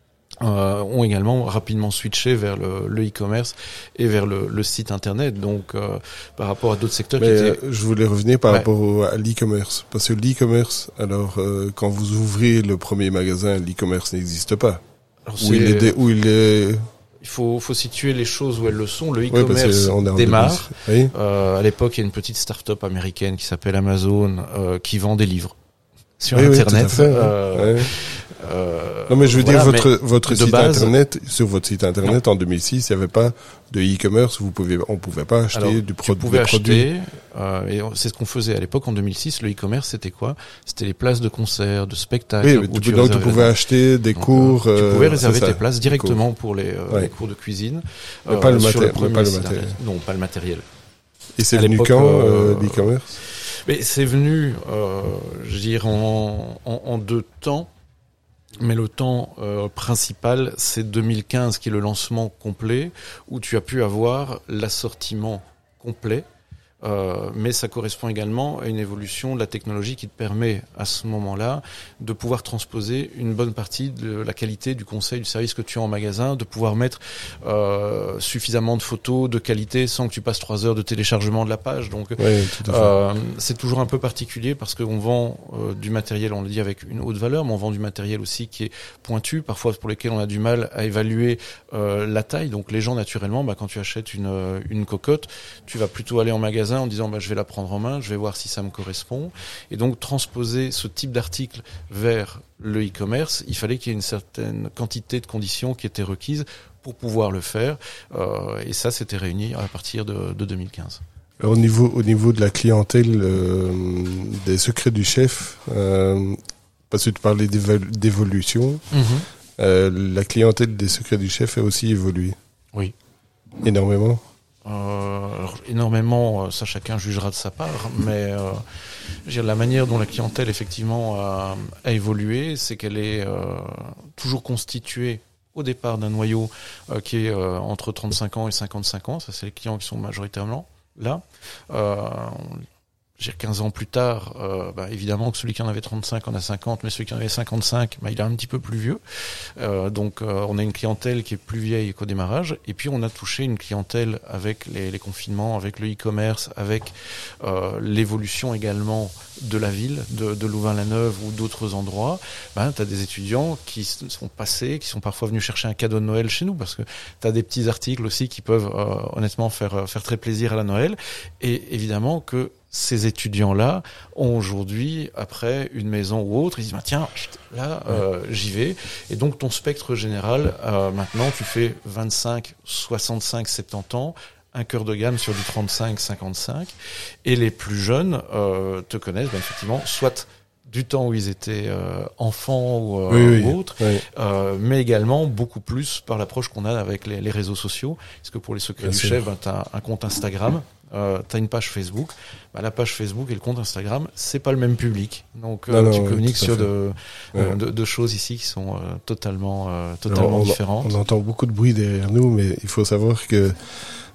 euh, ont également rapidement switché vers le, le e-commerce et vers le, le site internet. Donc euh, par rapport à d'autres secteurs Mais, qui étaient... je voulais revenir par ouais. rapport au, à l'e-commerce, parce que l'e-commerce, alors euh, quand vous ouvrez le premier magasin, l'e-commerce n'existe pas. Alors, où il est, où il est Il faut, faut situer les choses où elles le sont. Le e-commerce oui, démarre. Oui. Euh, à l'époque, il y a une petite start-up américaine qui s'appelle Amazon, euh, qui vend des livres sur oui, Internet. Oui, tout à fait, euh, oui. euh, non, mais je veux voilà, dire, votre, votre site base, Internet, sur votre site Internet, non. en deux mille six, il n'y avait pas de e-commerce, vous pouvez, on pouvait pas acheter Alors, du pro- tu pouvais des acheter, produits. Euh, et c'est ce qu'on faisait à l'époque en deux mille six. Le e-commerce, c'était quoi? C'était les places de concert, de spectacles. Oui, mais tu, donc tu pouvais acheter des donc, cours. Euh, tu pouvais réserver tes places directement pour les, euh, ouais. les cours de cuisine. Mais euh, pas, le sur maté- le mais pas le matériel. Non, pas le matériel. Et c'est venu quand, euh, l'e-commerce? Mais c'est venu, euh, je dirais, en, en, en deux temps. Mais le temps euh, principal, c'est deux mille quinze qui est le lancement complet, où tu as pu avoir l'assortiment complet. Euh, mais ça correspond également à une évolution de la technologie qui te permet à ce moment-là de pouvoir transposer une bonne partie de la qualité du conseil, du service que tu as en magasin, de pouvoir mettre euh, suffisamment de photos de qualité sans que tu passes trois heures de téléchargement de la page. Donc oui, tout à fait. Euh, c'est toujours un peu particulier parce qu'on vend euh, du matériel, on le dit, avec une haute valeur, mais on vend du matériel aussi qui est pointu, parfois pour lesquels on a du mal à évaluer euh, la taille. Donc les gens, naturellement, bah, quand tu achètes une, une cocotte, tu vas plutôt aller en magasin en disant bah, je vais la prendre en main, je vais voir si ça me correspond. Et donc transposer ce type d'article vers le e-commerce, il fallait qu'il y ait une certaine quantité de conditions qui étaient requises pour pouvoir le faire. Euh, et ça, c'était réuni à partir de, de deux mille quinze. Alors, au niveau, au niveau de la clientèle euh, des Secrets du Chef, euh, parce que tu parlais d'évolution, mm-hmm. euh, la clientèle des Secrets du Chef a aussi évolué. Oui. Énormément. Euh, alors, énormément, ça chacun jugera de sa part, mais euh, je veux dire, la manière dont la clientèle effectivement a, a évolué, c'est qu'elle est euh, toujours constituée au départ d'un noyau euh, qui est euh, entre trente-cinq ans et cinquante-cinq ans. Ça, c'est les clients qui sont majoritairement là. Euh, J'ai quinze ans plus tard, euh, bah, évidemment que celui qui en avait trente-cinq en a cinquante, mais celui qui en avait cinquante-cinq, bah, il est un petit peu plus vieux. Euh, donc euh, on a une clientèle qui est plus vieille qu'au démarrage. Et puis on a touché une clientèle avec les, les confinements, avec le e-commerce, avec euh, l'évolution également de la ville, de, de Louvain-la-Neuve ou d'autres endroits. Bah, tu as des étudiants qui sont passés, qui sont parfois venus chercher un cadeau de Noël chez nous, parce que tu as des petits articles aussi qui peuvent euh, honnêtement faire, faire très plaisir à la Noël. Et évidemment que ces étudiants-là ont aujourd'hui, après une maison ou autre, ils disent bah, tiens, là, euh, j'y vais. Et donc ton spectre général, euh, maintenant, tu fais vingt-cinq, soixante-cinq, soixante-dix ans, un cœur de gamme sur du trente-cinq, cinquante-cinq. Et les plus jeunes euh, te connaissent, bah, effectivement, soit du temps où ils étaient euh, enfants ou, euh, oui, oui, ou autres, oui. Euh, mais également beaucoup plus par l'approche qu'on a avec les, les réseaux sociaux. Parce que pour les Secrets Bien du sûr. Chef, ben, tu as un compte Instagram, euh, tu as une page Facebook. Ben, la page Facebook et le compte Instagram, c'est pas le même public. Donc euh, non, tu non, communiques sur de, ouais. euh, de, de choses ici qui sont euh, totalement, euh, totalement Alors, on, différentes. On entend beaucoup de bruit derrière nous, mais il faut savoir que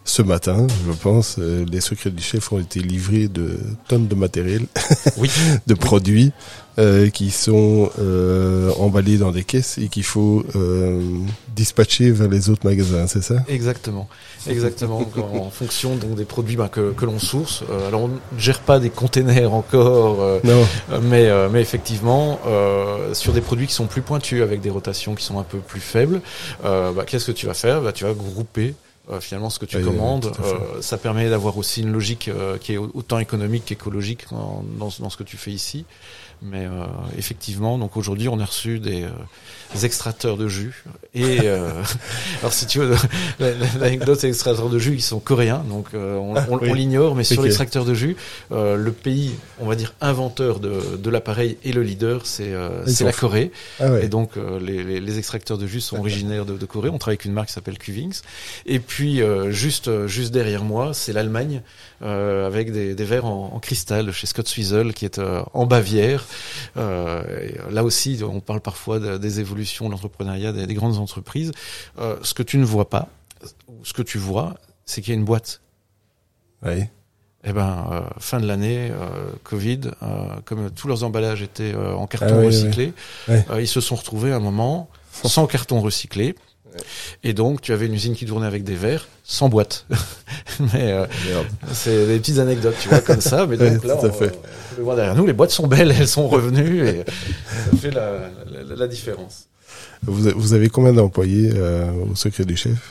ce matin, je pense, euh, les secrets du chef ont été livrés de tonnes de matériel, Oui. de produits euh, qui sont euh, emballés dans des caisses et qu'il faut euh, dispatcher vers les autres magasins, c'est ça? Exactement, exactement. En fonction donc des produits bah, que que l'on source. Euh, alors on ne gère pas des containers encore, euh, Non. mais euh, mais effectivement euh, sur des produits qui sont plus pointus avec des rotations qui sont un peu plus faibles, euh, bah, qu'est-ce que tu vas faire? Bah, tu vas grouper. Euh, finalement, ce que tu Oui, commandes, tout à fait. euh, ça permet d'avoir aussi une logique euh, qui est autant économique qu'écologique dans, dans, dans ce que tu fais ici. Mais euh, effectivement, donc aujourd'hui, on a reçu des, euh, des extracteurs de jus. Et euh, alors, si tu veux, l'anecdote, c'est extracteurs de jus, ils sont coréens, donc euh, on, Ah, on, oui. on l'ignore. Mais sur Ok. l'extracteur de jus, euh, le pays, on va dire inventeur de, de l'appareil et le leader, c'est euh, Ils c'est sont la fous. Corée. Ah ouais. Et donc euh, les, les, les extracteurs de jus sont originaires de, de Corée. On travaille avec une marque qui s'appelle Cuvings. Et puis euh, juste euh, juste derrière moi, c'est l'Allemagne euh, avec des, des verres en, en cristal chez Scott Swiesel qui est euh, en Bavière. Euh, et là aussi, on parle parfois de, des évolutions de l'entrepreneuriat des, des grandes entreprises. Euh, ce que tu ne vois pas, ou ce que tu vois, c'est qu'il y a une boîte. Oui. Eh ben, euh, fin de l'année, euh, Covid, euh, comme tous leurs emballages étaient euh, en carton Ah oui, recyclé, oui. Ouais. euh, ils se sont retrouvés à un moment sans carton recyclé. Et donc, tu avais une usine qui tournait avec des verres, sans boîte. Mais euh, Merde. c'est des petites anecdotes, tu vois, comme ça. Mais donc Ouais, là, tout à on, fait. on peut le voir derrière nous, les boîtes sont belles, elles sont revenues et ça fait la, la, la différence. Vous, a- vous avez combien d'employés euh, au secret du chef?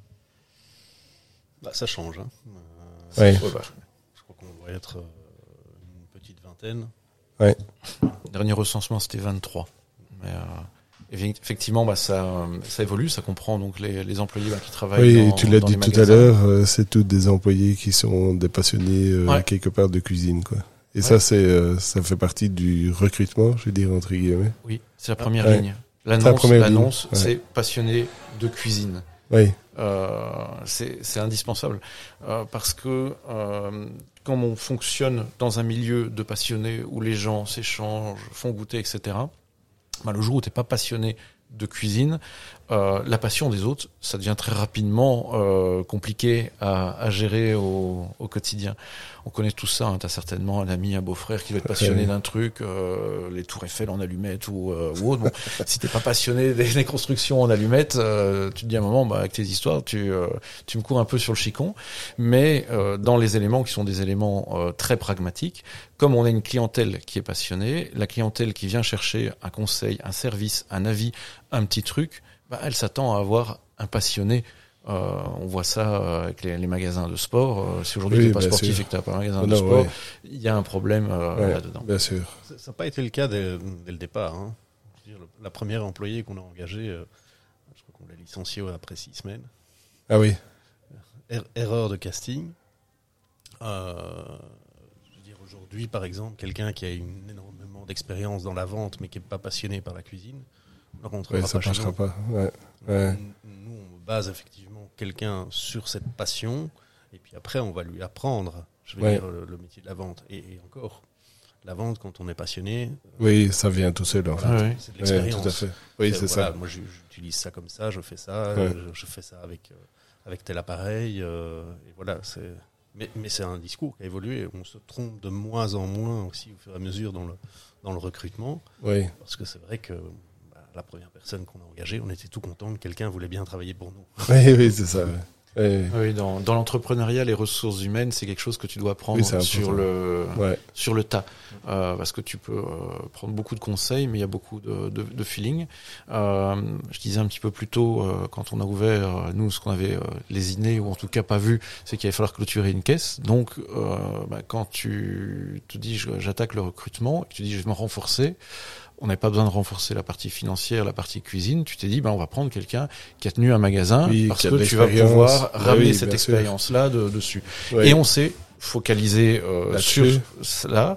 Bah, ça change. Hein. Euh, Ouais. Ouais, bah, Je crois qu'on doit être euh, une petite vingtaine. Ouais. le dernier recensement, c'était vingt-trois. Mais euh, effe- effectivement, bah, ça, euh, ça évolue, ça comprend donc les, les employés bah, qui travaillent Oui, dans, tu l'as dans dit les tout à magasins. l'heure, euh, c'est tous des employés qui sont des passionnés euh, Ouais. quelque part de cuisine, quoi. Et Ouais. ça, c'est, euh, ça fait partie du recrutement, je veux dire entre guillemets. Oui, c'est la première Ouais. ligne. C'est la L'annonce, première ligne, l'annonce, ouais. c'est passionné de cuisine. Oui, Euh, c'est c'est indispensable euh, parce que euh, comme on fonctionne dans un milieu de passionnés où les gens s'échangent, font goûter, et cetera. Bah, le jour où t'es pas passionné de cuisine, euh, la passion des autres, ça devient très rapidement euh, compliqué à, à gérer au, au quotidien. On connaît tout ça. Hein, t'as certainement un ami, un beau-frère qui va être passionné Ouais. d'un truc, euh, les tours Eiffel en allumettes ou, euh, ou autre. Bon, si t'es pas passionné des, des constructions en allumettes, euh, tu te dis à un moment, bah, avec tes histoires, tu, euh, tu me cours un peu sur le chicon. Mais euh, dans les éléments qui sont des éléments euh, très pragmatiques, comme on a une clientèle qui est passionnée, la clientèle qui vient chercher un conseil, un service, un avis, un petit truc, bah, elle s'attend à avoir un passionné. Euh, on voit ça euh, avec les, les magasins de sport. Euh, si aujourd'hui Oui, tu n'es pas bien sportif sûr. et que tu n'as pas un magasin Non, de sport, ouais. il y a un problème euh, Ouais, là-dedans. bien sûr. Ça n'a pas été le cas dès, dès le départ. Hein. Je veux dire, le- la première employée qu'on a engagée, euh, je crois qu'on l'a licenciée après six semaines. Ah oui, Er- erreur de casting. Euh, je veux dire, aujourd'hui, par exemple, quelqu'un qui a une énormément d'expérience dans la vente, mais qui n'est pas passionné par la cuisine, ne rentrera ouais, ça pas chez marchera nous. pas. Ouais. Ouais. Nous, on base effectivement quelqu'un sur cette passion, et puis après, on va lui apprendre, je veux Ouais. dire, le, le métier de la vente. Et, et encore, la vente, quand on est passionné, Oui, ça vient tout seul en fait. Ah ouais. c'est de Ouais, l'expérience. tout à fait. Oui, c'est voilà, ça. Moi, je- j'utilise ça comme ça, je fais ça, Ouais. je, je fais ça avec, euh, avec tel appareil, euh, et voilà. C'est... Mais, mais c'est un discours qui a évolué. On se trompe de moins en moins aussi au fur et à mesure dans le, dans le recrutement, Oui, parce que c'est vrai que bah, la première personne qu'on a engagée, on était tout content que quelqu'un voulait bien travailler pour nous. oui, oui, c'est ça. Ouais. Ouais. Oui, dans, dans l'entrepreneuriat, les ressources humaines, c'est quelque chose que tu dois prendre Oui, c'est sur important. le Ouais. sur le tas, euh, parce que tu peux euh, prendre beaucoup de conseils, mais il y a beaucoup de, de, de feeling. Euh, je disais un petit peu plus tôt, euh, quand on a ouvert, euh, nous, ce qu'on avait euh, lésiné, ou en tout cas pas vu, c'est qu'il allait falloir clôturer une caisse. Donc, euh, bah, quand tu te dis, je- j'attaque le recrutement, et que tu dis, je vais me renforcer, on n'avait pas besoin de renforcer la partie financière, la partie cuisine. Tu t'es dit, ben, on va prendre quelqu'un qui a tenu un magasin, Oui, parce qui a que de tu vas l'expérience. pouvoir Bah ramener oui, cette bien sûr. expérience-là de, dessus. Ouais. Et on s'est focalisé euh, sur Là-dessus. cela.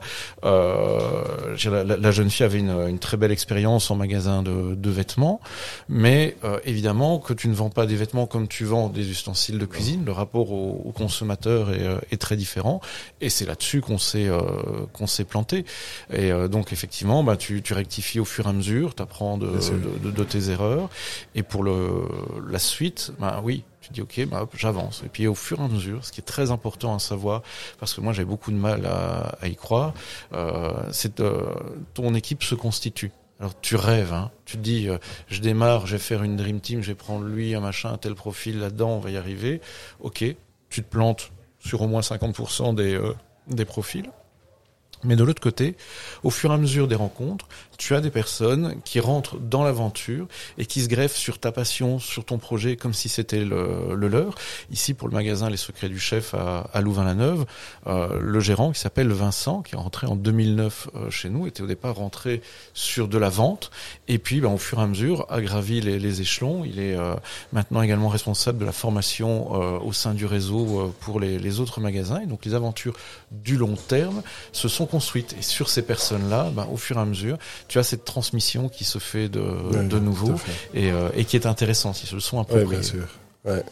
Euh, je veux dire, la, la jeune fille avait une, une très belle expérience en magasin de, de vêtements, mais euh, évidemment que tu ne vends pas des vêtements comme tu vends des ustensiles de cuisine. Le rapport au, au consommateur est, euh, est très différent, et c'est là-dessus qu'on s'est euh, qu'on s'est planté. Et euh, donc effectivement, bah, tu, tu rectifies au fur et à mesure, tu apprends de, Bien sûr. de, de, de tes erreurs, et pour le la suite, bah oui. Tu dis ok, bah hop, j'avance. Et puis au fur et à mesure, ce qui est très important à savoir, parce que moi j'ai beaucoup de mal à, à y croire, euh, c'est que euh, ton équipe se constitue. Alors tu rêves, hein. Tu te dis, euh, je démarre, je vais faire une dream team, je vais prendre lui, un machin, un tel profil là-dedans, on va y arriver. Ok, tu te plantes sur au moins cinquante pour cent des, euh, des profils. Mais de l'autre côté, au fur et à mesure des rencontres, tu as des personnes qui rentrent dans l'aventure et qui se greffent sur ta passion, sur ton projet, comme si c'était le, le leur. Ici, pour le magasin Les Secrets du Chef à, à Louvain-la-Neuve, euh, le gérant qui s'appelle Vincent, qui est rentré en deux mille neuf euh, chez nous, était au départ rentré sur de la vente. Et puis, ben, au fur et à mesure, a gravi les, les échelons. Il est euh, maintenant également responsable de la formation euh, au sein du réseau euh, pour les, les autres magasins. Et donc, les aventures du long terme se sont construites. Et sur ces personnes-là, ben, au fur et à mesure, tu as cette transmission qui se fait de, ouais, de nouveau et, euh, et qui est intéressante. Ils se le sont appropriés. Oui, bien sûr. Ouais.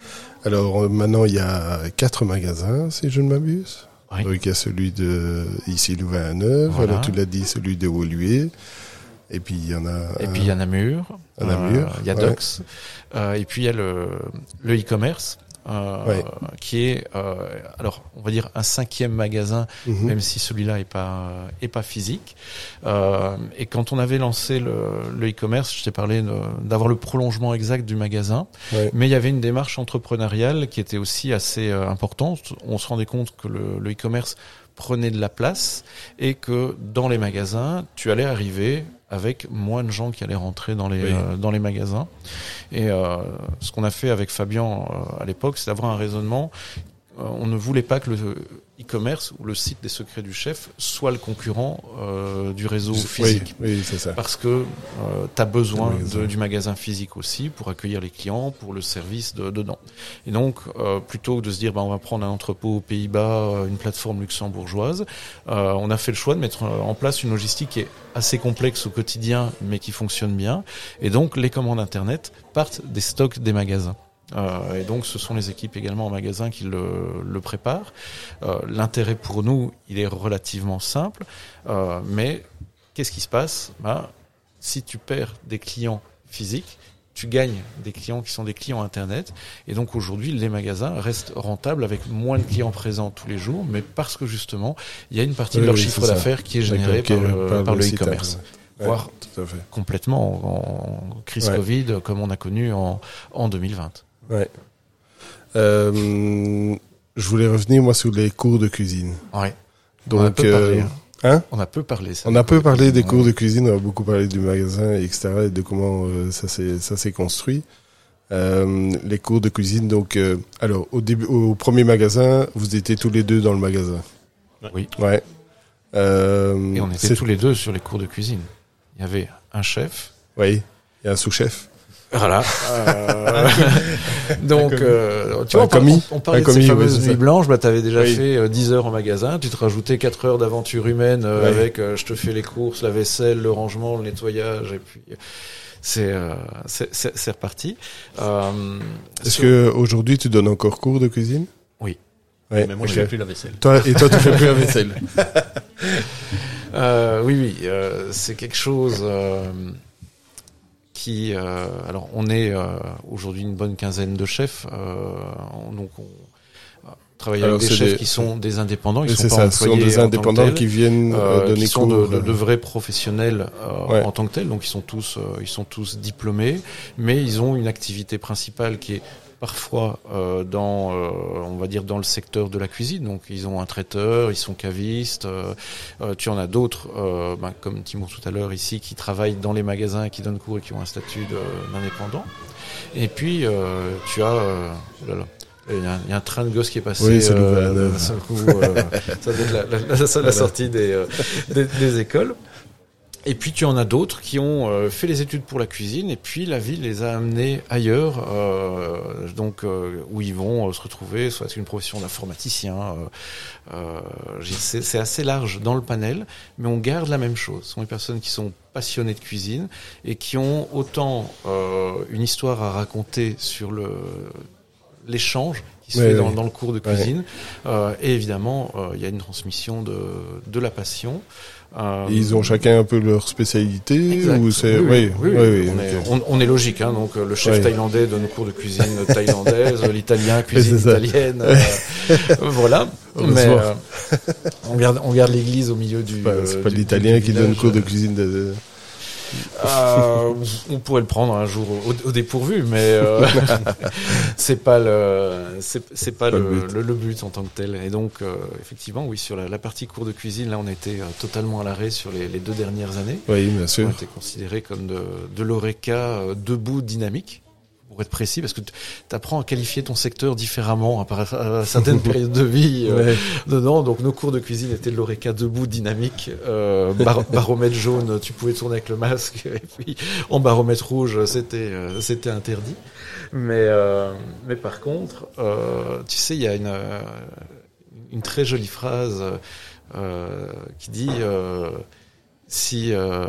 Alors euh, maintenant, il y a quatre magasins, si je ne m'abuse. Oui. Donc il y a celui de ici Louvain-la-Neuve. Voilà. Alors tu l'as dit, celui de Woluwe. Et puis il y en a. Et un... puis il y a Namur. À Namur. Il euh, y a ouais. Dox. Euh, et puis il y a le, le e-commerce. Euh, ouais. qui est euh, alors on va dire un cinquième magasin, mmh. même si celui-là est pas est pas physique. Euh, et quand on avait lancé le, le e-commerce, je t'ai parlé de, d'avoir le prolongement exact du magasin, ouais. mais il y avait une démarche entrepreneuriale qui était aussi assez euh, importante. On se rendait compte que le, le e-commerce prenait de la place et que dans les magasins, tu allais arriver avec moins de gens qui allaient rentrer dans les oui. euh, dans les magasins. Et euh, ce qu'on a fait avec Fabien euh, à l'époque, c'est d'avoir un raisonnement. Euh, on ne voulait pas que le e-commerce ou le site des Secrets du Chef soit le concurrent euh, du réseau physique. Oui, oui, c'est ça. Parce que euh, tu as besoin de, du magasin physique aussi pour accueillir les clients, pour le service de, dedans. Et donc, euh, plutôt que de se dire bah, on va prendre un entrepôt aux Pays-Bas, une plateforme luxembourgeoise, euh, on a fait le choix de mettre en place une logistique qui est assez complexe au quotidien, mais qui fonctionne bien. Et donc, les commandes Internet partent des stocks des magasins. Euh, et donc ce sont les équipes également en magasin qui le, le préparent. Euh, l'intérêt pour nous, il est relativement simple, euh, mais qu'est-ce qui se passe ? Ben, si tu perds des clients physiques, tu gagnes des clients qui sont des clients Internet, et donc aujourd'hui les magasins restent rentables avec moins de clients présents tous les jours, mais parce que justement il y a une partie oui, de leur oui, chiffre d'affaires qui est générée par, le, par, par le e-commerce. Voire ouais, complètement en, en crise ouais. Covid comme on a connu en, en deux mille vingt. Ouais. Euh, je voulais revenir moi sur les cours de cuisine. Ouais. Donc, on a peu euh, parlé. Hein. Hein on a peu parlé. Ça, on a peu parlé des cours de cuisine. On a beaucoup parlé du magasin, et cetera, et de comment euh, ça s'est ça s'est construit. Euh, les cours de cuisine. Donc, euh, alors au début, au premier magasin, vous étiez tous les deux dans le magasin. Oui. Ouais. Euh, et on était tous les deux sur les cours de cuisine. Il y avait un chef. Oui. Et un sous-chef. Voilà. Euh, donc, euh, tu vois, on, commis, on, on parlait de commis, ces fameuses oui, nuits blanches. Bah, t'avais déjà oui. fait euh, dix heures au magasin. Tu te rajoutais quatre heures d'aventure humaine euh, oui. avec euh, je te fais les courses, la vaisselle, le rangement, le nettoyage, et puis c'est euh, c'est, c'est, c'est reparti. Euh, Est-ce sur... que aujourd'hui tu donnes encore cours de cuisine ? Oui. Ouais. Mais moi, je fais plus la vaisselle. Toi, et toi, tu fais plus la vaisselle. euh, oui, oui. Euh, c'est quelque chose. Euh, Qui, euh, alors on est euh, aujourd'hui une bonne quinzaine de chefs, euh, on, donc on euh, travaille alors avec des chefs des, qui sont des indépendants, ils sont pas ça, employés, ce sont des indépendants tel, qui viennent euh, donner qui sont cours, de, de, de vrais professionnels euh, ouais. en tant que tels, donc ils sont tous, euh, ils sont tous diplômés, mais ils ont une activité principale qui est parfois euh, dans, euh, on va dire dans le secteur de la cuisine. Donc ils ont un traiteur, ils sont cavistes. Euh, euh, tu en as d'autres, euh, ben, comme Timo tout à l'heure ici, qui travaillent dans les magasins, qui donnent cours et qui ont un statut de, d'indépendant. Et puis euh, tu as, euh, là, là, il y, a un, il y a un train de gosse qui est passé. Oui, c'est euh, d'un seul coup. Euh, ça doit être la, la, la, la, la sortie des, euh, des, des écoles. Et puis tu en as d'autres qui ont euh, fait les études pour la cuisine et puis la vie les a amenés ailleurs, euh, donc euh, où ils vont euh, se retrouver, soit c'est une profession d'informaticien. Euh, euh, c'est, c'est assez large dans le panel, mais on garde la même chose. Ce sont des personnes qui sont passionnées de cuisine et qui ont autant euh, une histoire à raconter sur le l'échange qui se ouais, fait ouais. dans, dans le cours de cuisine. Ouais. Euh, et évidemment, euh, il y a une transmission de, de la passion. Euh, Ils ont chacun un peu leur spécialité exact. ou c'est oui, oui, oui, oui, oui. On, okay. est, on, on est logique, hein, donc le chef oui. thaïlandais donne cours de cuisine thaïlandaise, l'italien cuisine italienne, euh, voilà. Mais euh, on garde on garde l'église au milieu du. C'est pas, c'est euh, pas du, l'italien du qui donne cours de cuisine de. Euh, on pourrait le prendre un jour au, au dépourvu, mais euh, c'est pas le c'est, c'est pas, pas le, le, but. Le, le but en tant que tel. Et donc euh, effectivement, oui, sur la, la partie cours de cuisine, là, on était euh, totalement à l'arrêt sur les, les deux dernières années. Oui, bien sûr. On était considéré comme de, de l'Oreca euh, debout dynamique. Pour être précis, parce que tu apprends à qualifier ton secteur différemment à, à certaines périodes de vie euh, ouais. dedans. Donc nos cours de cuisine étaient de l'Oreca debout dynamique, euh, bar- baromètre jaune, tu pouvais tourner avec le masque, et puis en baromètre rouge, c'était euh, c'était interdit. Mais euh, mais par contre, euh, tu sais, il y a une euh, une très jolie phrase euh, qui dit euh, si euh,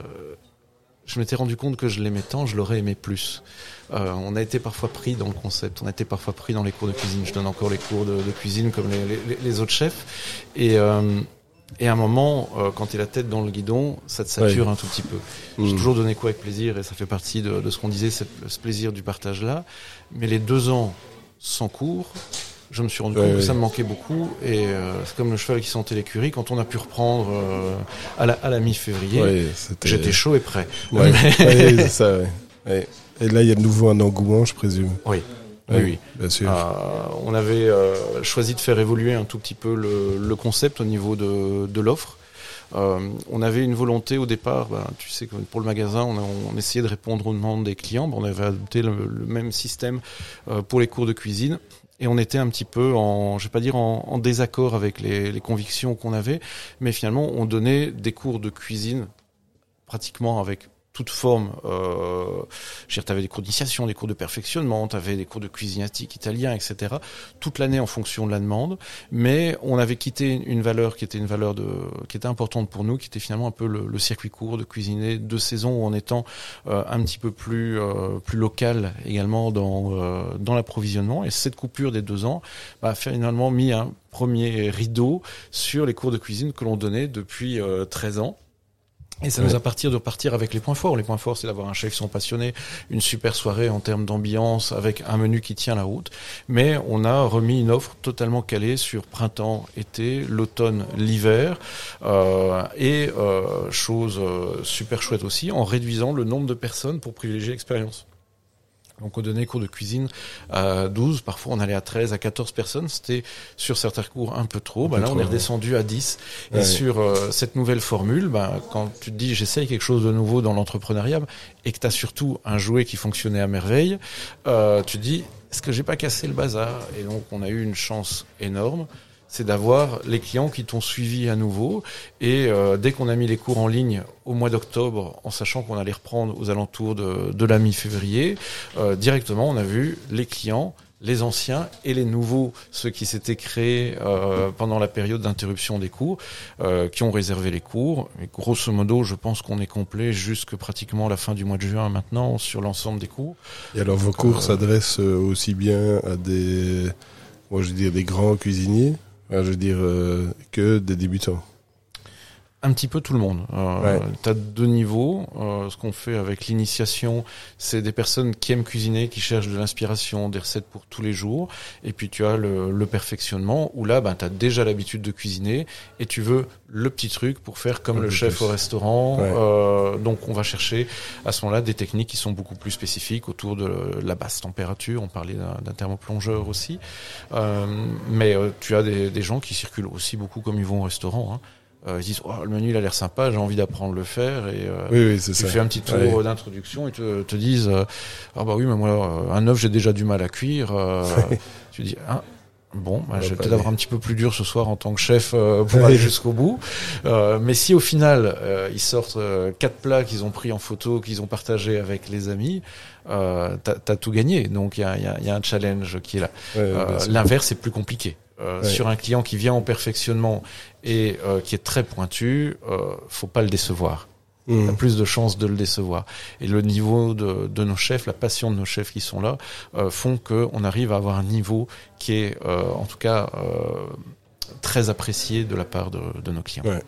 je m'étais rendu compte que je l'aimais tant, je l'aurais aimé plus. Euh, on a été parfois pris dans le concept, on a été parfois pris dans les cours de cuisine. Je donne encore les cours de, de cuisine comme les, les, les autres chefs. Et, euh, et à un moment, euh, quand tu es la tête dans le guidon, ça te sature ouais. un tout petit peu. Mmh. J'ai toujours donné quoi avec plaisir, et ça fait partie de, de ce qu'on disait, cette, ce plaisir du partage-là. Mais les deux ans sans cours, je me suis rendu ouais, compte ouais. que ça me manquait beaucoup. Et euh, c'est comme le cheval qui sentait l'écurie. Quand on a pu reprendre euh, à, la, à la mi-février, ouais, j'étais chaud et prêt. Ouais, Mais... ouais, c'est ça, ouais. Ouais. Et là, il y a de nouveau un engouement, je présume. Oui, oui, oui. oui. Bien sûr. Euh, on avait euh, choisi de faire évoluer un tout petit peu le, le concept au niveau de, de l'offre. Euh, on avait une volonté au départ, bah, tu sais, pour le magasin, on, a, on essayait de répondre aux demandes des clients. Bah, on avait adopté le, le même système euh, pour les cours de cuisine. Et on était un petit peu en, je vais pas dire en, en désaccord avec les, les convictions qu'on avait, mais finalement, on donnait des cours de cuisine pratiquement avec toute forme. Euh, je veux dire, t'avais des cours d'initiation, des cours de perfectionnement, t'avais des cours de cuisinistique italien, et cetera. Toute l'année en fonction de la demande, mais on avait quitté une valeur qui était une valeur de, qui était importante pour nous, qui était finalement un peu le, le circuit court de cuisiner de saison, en étant euh, un petit peu plus euh, plus local également dans euh, dans l'approvisionnement. Et cette coupure des deux ans bah, a finalement mis un premier rideau sur les cours de cuisine que l'on donnait depuis euh, treize ans. Et ça ouais. nous a parti de repartir avec les points forts. Les points forts, c'est d'avoir un chef son passionné, une super soirée en termes d'ambiance, avec un menu qui tient la route. Mais on a remis une offre totalement calée sur printemps, été, l'automne, l'hiver. Euh, et euh, chose euh, super chouette aussi, en réduisant le nombre de personnes pour privilégier l'expérience. Donc on donnait cours de cuisine à douze, parfois on allait à treize, à quatorze personnes, c'était sur certains cours un peu trop, bah là on est redescendu à dix. Et ouais. sur euh, cette nouvelle formule, bah, quand tu te dis j'essaye quelque chose de nouveau dans l'entrepreneuriat et que tu as surtout un jouet qui fonctionnait à merveille, euh, tu te dis est-ce que j'ai pas cassé le bazar? Et donc on a eu une chance énorme, c'est d'avoir les clients qui t'ont suivi à nouveau. Et euh, dès qu'on a mis les cours en ligne au mois d'octobre, en sachant qu'on allait reprendre aux alentours de, de la mi-février, euh, directement, on a vu les clients, les anciens et les nouveaux, ceux qui s'étaient créés euh, pendant la période d'interruption des cours, euh, qui ont réservé les cours. Et grosso modo, je pense qu'on est complet jusque pratiquement la fin du mois de juin maintenant sur l'ensemble des cours. Et alors, vos cours euh, s'adressent aussi bien à des, moi je veux dire, des grands cuisiniers, je veux dire, euh, que des débutants? Un petit peu tout le monde. Euh, ouais. Tu as deux niveaux. Euh, ce qu'on fait avec l'initiation, c'est des personnes qui aiment cuisiner, qui cherchent de l'inspiration, des recettes pour tous les jours. Et puis tu as le, le perfectionnement, où là, ben, tu as déjà l'habitude de cuisiner et tu veux le petit truc pour faire comme un le chef plus. Au restaurant. Ouais. Euh, donc on va chercher à ce moment-là des techniques qui sont beaucoup plus spécifiques autour de la basse température. On parlait d'un, d'un thermoplongeur aussi. Euh, mais euh, tu as des, des gens qui circulent aussi beaucoup comme ils vont au restaurant, hein. Euh, ils disent oh, le menu il a l'air sympa, j'ai envie d'apprendre à le faire, et euh, oui, oui, c'est tu ça. fais un petit tour ouais. d'introduction et te, te disent ah euh, bah oui mais moi un œuf j'ai déjà du mal à cuire. Euh, tu dis ah bon bah, je vais peut-être avoir un petit peu plus dur ce soir en tant que chef euh, pour aller jusqu'au bout. Euh, mais si au final euh, ils sortent euh, quatre plats qu'ils ont pris en photo, qu'ils ont partagé avec les amis, euh, t'as, t'as tout gagné. Donc il y a, y, a, y a un challenge qui est là. Ouais, euh, l'inverse c'est plus compliqué. Euh, ouais. Sur un client qui vient en perfectionnement et euh, qui est très pointu, euh, faut pas le décevoir. Mmh. T'as plus de chances de le décevoir. Et le niveau de, de nos chefs, la passion de nos chefs qui sont là, euh, font qu'on arrive à avoir un niveau qui est, euh, en tout cas, euh, très apprécié de la part de, de nos clients. Ouais.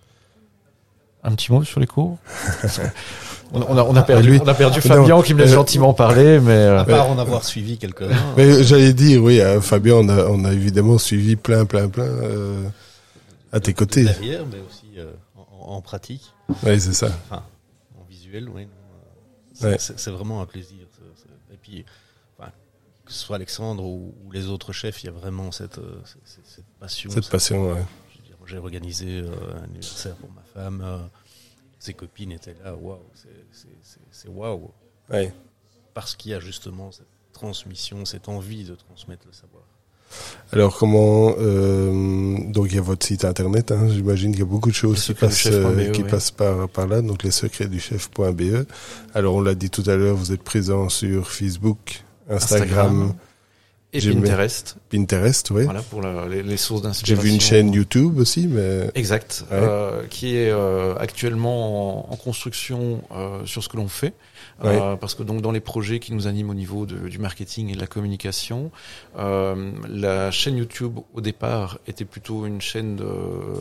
Un petit mot sur les cours. on, a, on, a, on, a perdu, on a perdu Fabien non, qui me laisse euh, gentiment parler, mais... Euh, à part en avoir suivi quelques-uns. Mais j'allais dire, oui, hein, Fabien, on a, on a évidemment suivi plein, plein, plein euh, à tes côtés. Derrière, mais aussi euh, en, en pratique. Oui, c'est ça. Enfin, en visuel, oui. C'est, ouais. c'est, c'est vraiment un plaisir. C'est, c'est, et puis, enfin, que ce soit Alexandre ou, ou les autres chefs, il y a vraiment cette, cette, cette passion. Cette passion, oui. J'ai organisé euh, un anniversaire pour ma femme. Euh, ses copines étaient là. Waouh, c'est, c'est, c'est, c'est waouh. Ouais. Parce qu'il y a justement cette transmission, cette envie de transmettre le savoir. Alors comment euh, donc il y a votre site internet, hein, j'imagine qu'il y a beaucoup de choses qui passent, euh, qui oui. passent par par là, donc les secrets du chef point b e. Alors on l'a dit tout à l'heure, vous êtes présent sur Facebook, Instagram. Instagram. Et J'ai Pinterest. Pinterest, oui. Voilà, pour la, les, les sources d'inspiration. J'ai vu une chaîne YouTube aussi, mais... Exact. Ouais. Euh, qui est euh, actuellement en, en construction euh, sur ce que l'on fait. Ouais. Euh, parce que donc dans les projets qui nous animent au niveau de, du marketing et de la communication, euh, la chaîne YouTube au départ était plutôt une chaîne de...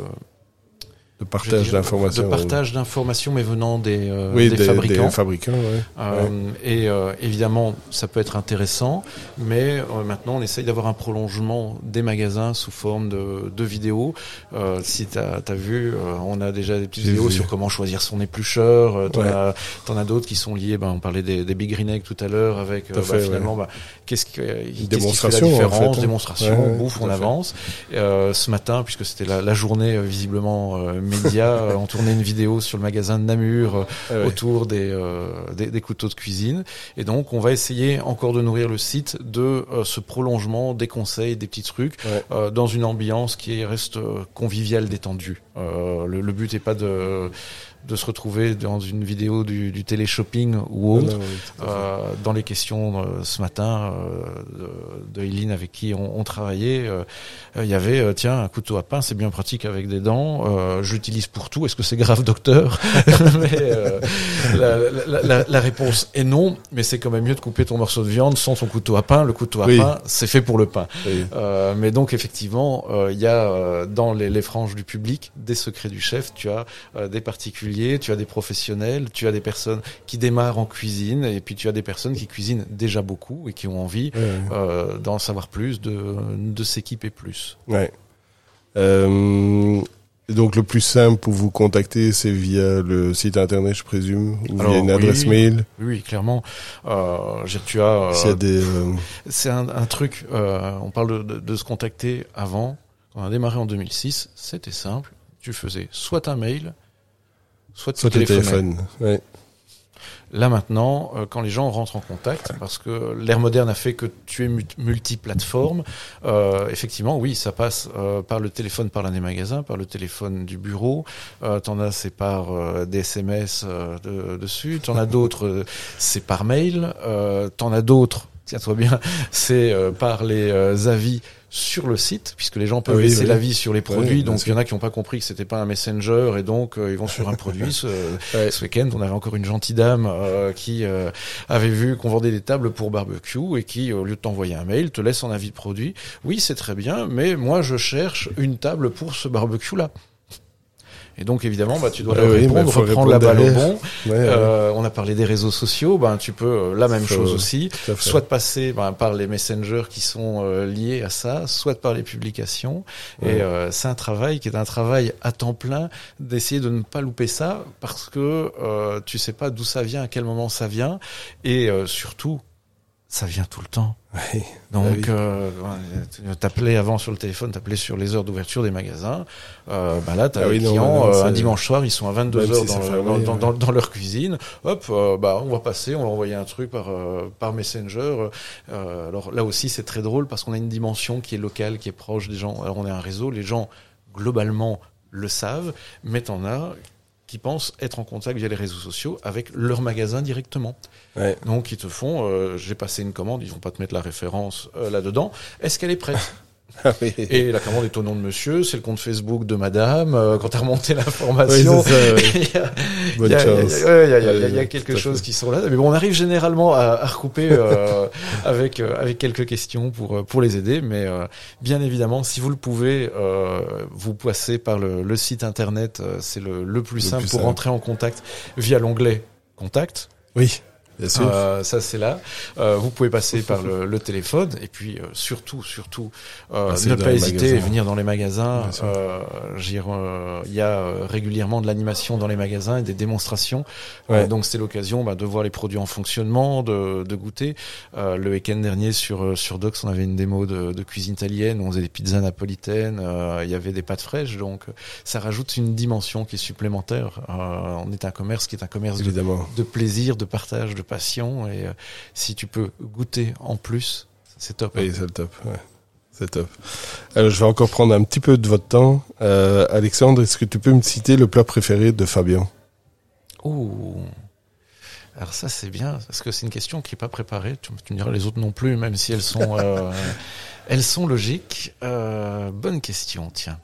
De partage dire, d'informations. De partage d'informations, mais venant des, euh, oui, des, des fabricants. Des fabricants ouais. Euh, ouais. Et euh, évidemment, ça peut être intéressant, mais euh, maintenant, on essaye d'avoir un prolongement des magasins sous forme de, de vidéos. Euh, si tu as vu, euh, on a déjà des petites J'ai vidéos vu. sur comment choisir son éplucheur. Euh, t'en, ouais. as, t'en as d'autres qui sont liées, ben, on parlait des, des Big Green Egg tout à l'heure, avec euh, fait, bah, finalement, ouais. bah, qu'est-ce, que, qu'est-ce qui fait la différence, en fait, hein. démonstration, ouais, bouffe, on avance. Euh, ce matin, puisque c'était la, la journée euh, visiblement euh, média, on tournait une vidéo sur le magasin de Namur euh, ah ouais. autour des, euh, des, des couteaux de cuisine. Et donc, on va essayer encore de nourrir le site de euh, ce prolongement, des conseils, des petits trucs, ouais. euh, dans une ambiance qui reste euh, conviviale, détendue. Euh, le, le but n'est pas de... de se retrouver dans une vidéo du, du télé-shopping ou autre, non, non, oui, euh, dans les questions euh, ce matin euh, de, de Eileen avec qui on, on travaillait, euh, il y avait euh, tiens un couteau à pain, c'est bien pratique avec des dents, euh, j'utilise pour tout, est-ce que c'est grave docteur? Mais euh, la, la, la, la réponse est non, mais c'est quand même mieux de couper ton morceau de viande sans ton couteau à pain. Le couteau à oui. pain, c'est fait pour le pain. Oui. Euh, mais donc effectivement, il euh, y a euh, dans les, les franges du public des secrets du chef, tu as euh, des particuliers, tu as des professionnels, tu as des personnes qui démarrent en cuisine, et puis tu as des personnes qui cuisinent déjà beaucoup et qui ont envie ouais. euh, d'en savoir plus, de, de s'équiper plus. Ouais. Euh, donc le plus simple pour vous contacter, c'est via le site internet, je présume, ou Alors, via une adresse oui, mail. Oui, clairement. Euh, tu as. Euh, S'il y a des. Euh... C'est un, un truc. Euh, on parle de, de, de se contacter avant. Quand on a démarré en deux mille six, c'était simple. Tu faisais soit un mail, soit, soit le téléphone. Ouais. Là maintenant, euh, quand les gens rentrent en contact, parce que l'ère moderne a fait que tu es multiplateforme, euh, effectivement, oui, ça passe euh, par le téléphone, par l'un des magasins, par le téléphone du bureau. Euh, t'en as, c'est par euh, des S M S euh, de, dessus. T'en as d'autres, euh, c'est par mail. Euh, t'en as d'autres, tiens-toi bien, c'est euh, par les euh, avis sur le site, puisque les gens peuvent oui, laisser oui. l'avis sur les produits, oui, donc il y en a qui n'ont pas compris que c'était pas un messenger, et donc euh, ils vont sur un produit. Ce, ouais. ce week-end, on avait encore une gentille dame euh, qui euh, avait vu qu'on vendait des tables pour barbecue, et qui, au lieu de t'envoyer un mail, te laisse en avis de produit. Oui, c'est très bien, mais moi je cherche une table pour ce barbecue-là. Et donc évidemment, bah tu dois ouais, leur répondre, oui, reprendre la balle au bon. Ouais, euh, ouais. On a parlé des réseaux sociaux, ben tu peux euh, la même faut, chose aussi, soit de passer ben, par les messengers qui sont euh, liés à ça, soit par les publications. Ouais. Et euh, c'est un travail qui est un travail à temps plein d'essayer de ne pas louper ça, parce que euh, tu sais pas d'où ça vient, à quel moment ça vient, et euh, surtout ça vient tout le temps. Oui. Donc, oui. euh, t'appelais avant sur le téléphone, t'appelais sur les heures d'ouverture des magasins. Euh, ben là, t'as ah oui, des clients, non, non, euh, un dimanche soir, ils sont à vingt-deux heures si dans, le, dans, dans, dans, dans leur cuisine. Hop, euh, bah, on va passer, on va envoyer un truc par, euh, par Messenger. Euh, alors là aussi, c'est très drôle parce qu'on a une dimension qui est locale, qui est proche des gens. Alors on est un réseau, les gens, globalement, le savent, mais t'en as qui pensent être en contact via les réseaux sociaux avec leur magasin directement. Ouais. Donc ils te font, euh, j'ai passé une commande, ils vont pas te mettre la référence euh, là-dedans. Est-ce qu'elle est prête ? Ah oui. Et la commande est au nom de monsieur, c'est le compte Facebook de madame. Euh, quand tu as remonté l'information, Oui, c'est ça, oui. il y a, Bonne il y a, chance. il y a, il y a, il y a, Ouais, il y a quelque chose qui sont là. Mais bon, on arrive généralement à, à recouper euh, avec euh, avec quelques questions pour pour les aider. Mais euh, bien évidemment, si vous le pouvez, euh, vous passez par le, le site internet. Euh, c'est le, le plus Le simple plus pour simple. rentrer en contact via l'onglet Contact. Oui, bien sûr. Euh, ça c'est là. Euh, vous pouvez passer par le, le téléphone et puis euh, surtout, surtout, euh, Passer ne dans pas les hésiter magasins. à venir dans les magasins. Bien sûr. Euh, j'y re- euh, Il y a euh, régulièrement de l'animation dans les magasins et des démonstrations. Ouais. Euh, donc c'est l'occasion bah, de voir les produits en fonctionnement, de, de goûter. Euh, le week-end dernier sur euh, sur Docs, on avait une démo de, de cuisine italienne. Où on faisait des pizzas napolitaines. Euh, Il y avait des pâtes fraîches. Donc ça rajoute une dimension qui est supplémentaire. Euh, on est un commerce qui est un commerce de Évidemment. de plaisir, de partage, de passion. Et euh, si tu peux goûter en plus, c'est top. Oui, c'est le top. Ouais. C'est top. Alors, je vais encore prendre un petit peu de votre temps. Euh, Alexandre, est-ce que tu peux me citer le plat préféré de Fabien? Ouh. Alors ça c'est bien parce que c'est une question qui est pas préparée. Tu, tu me diras les autres non plus, même si elles sont euh, elles sont logiques. Euh, bonne question, tiens.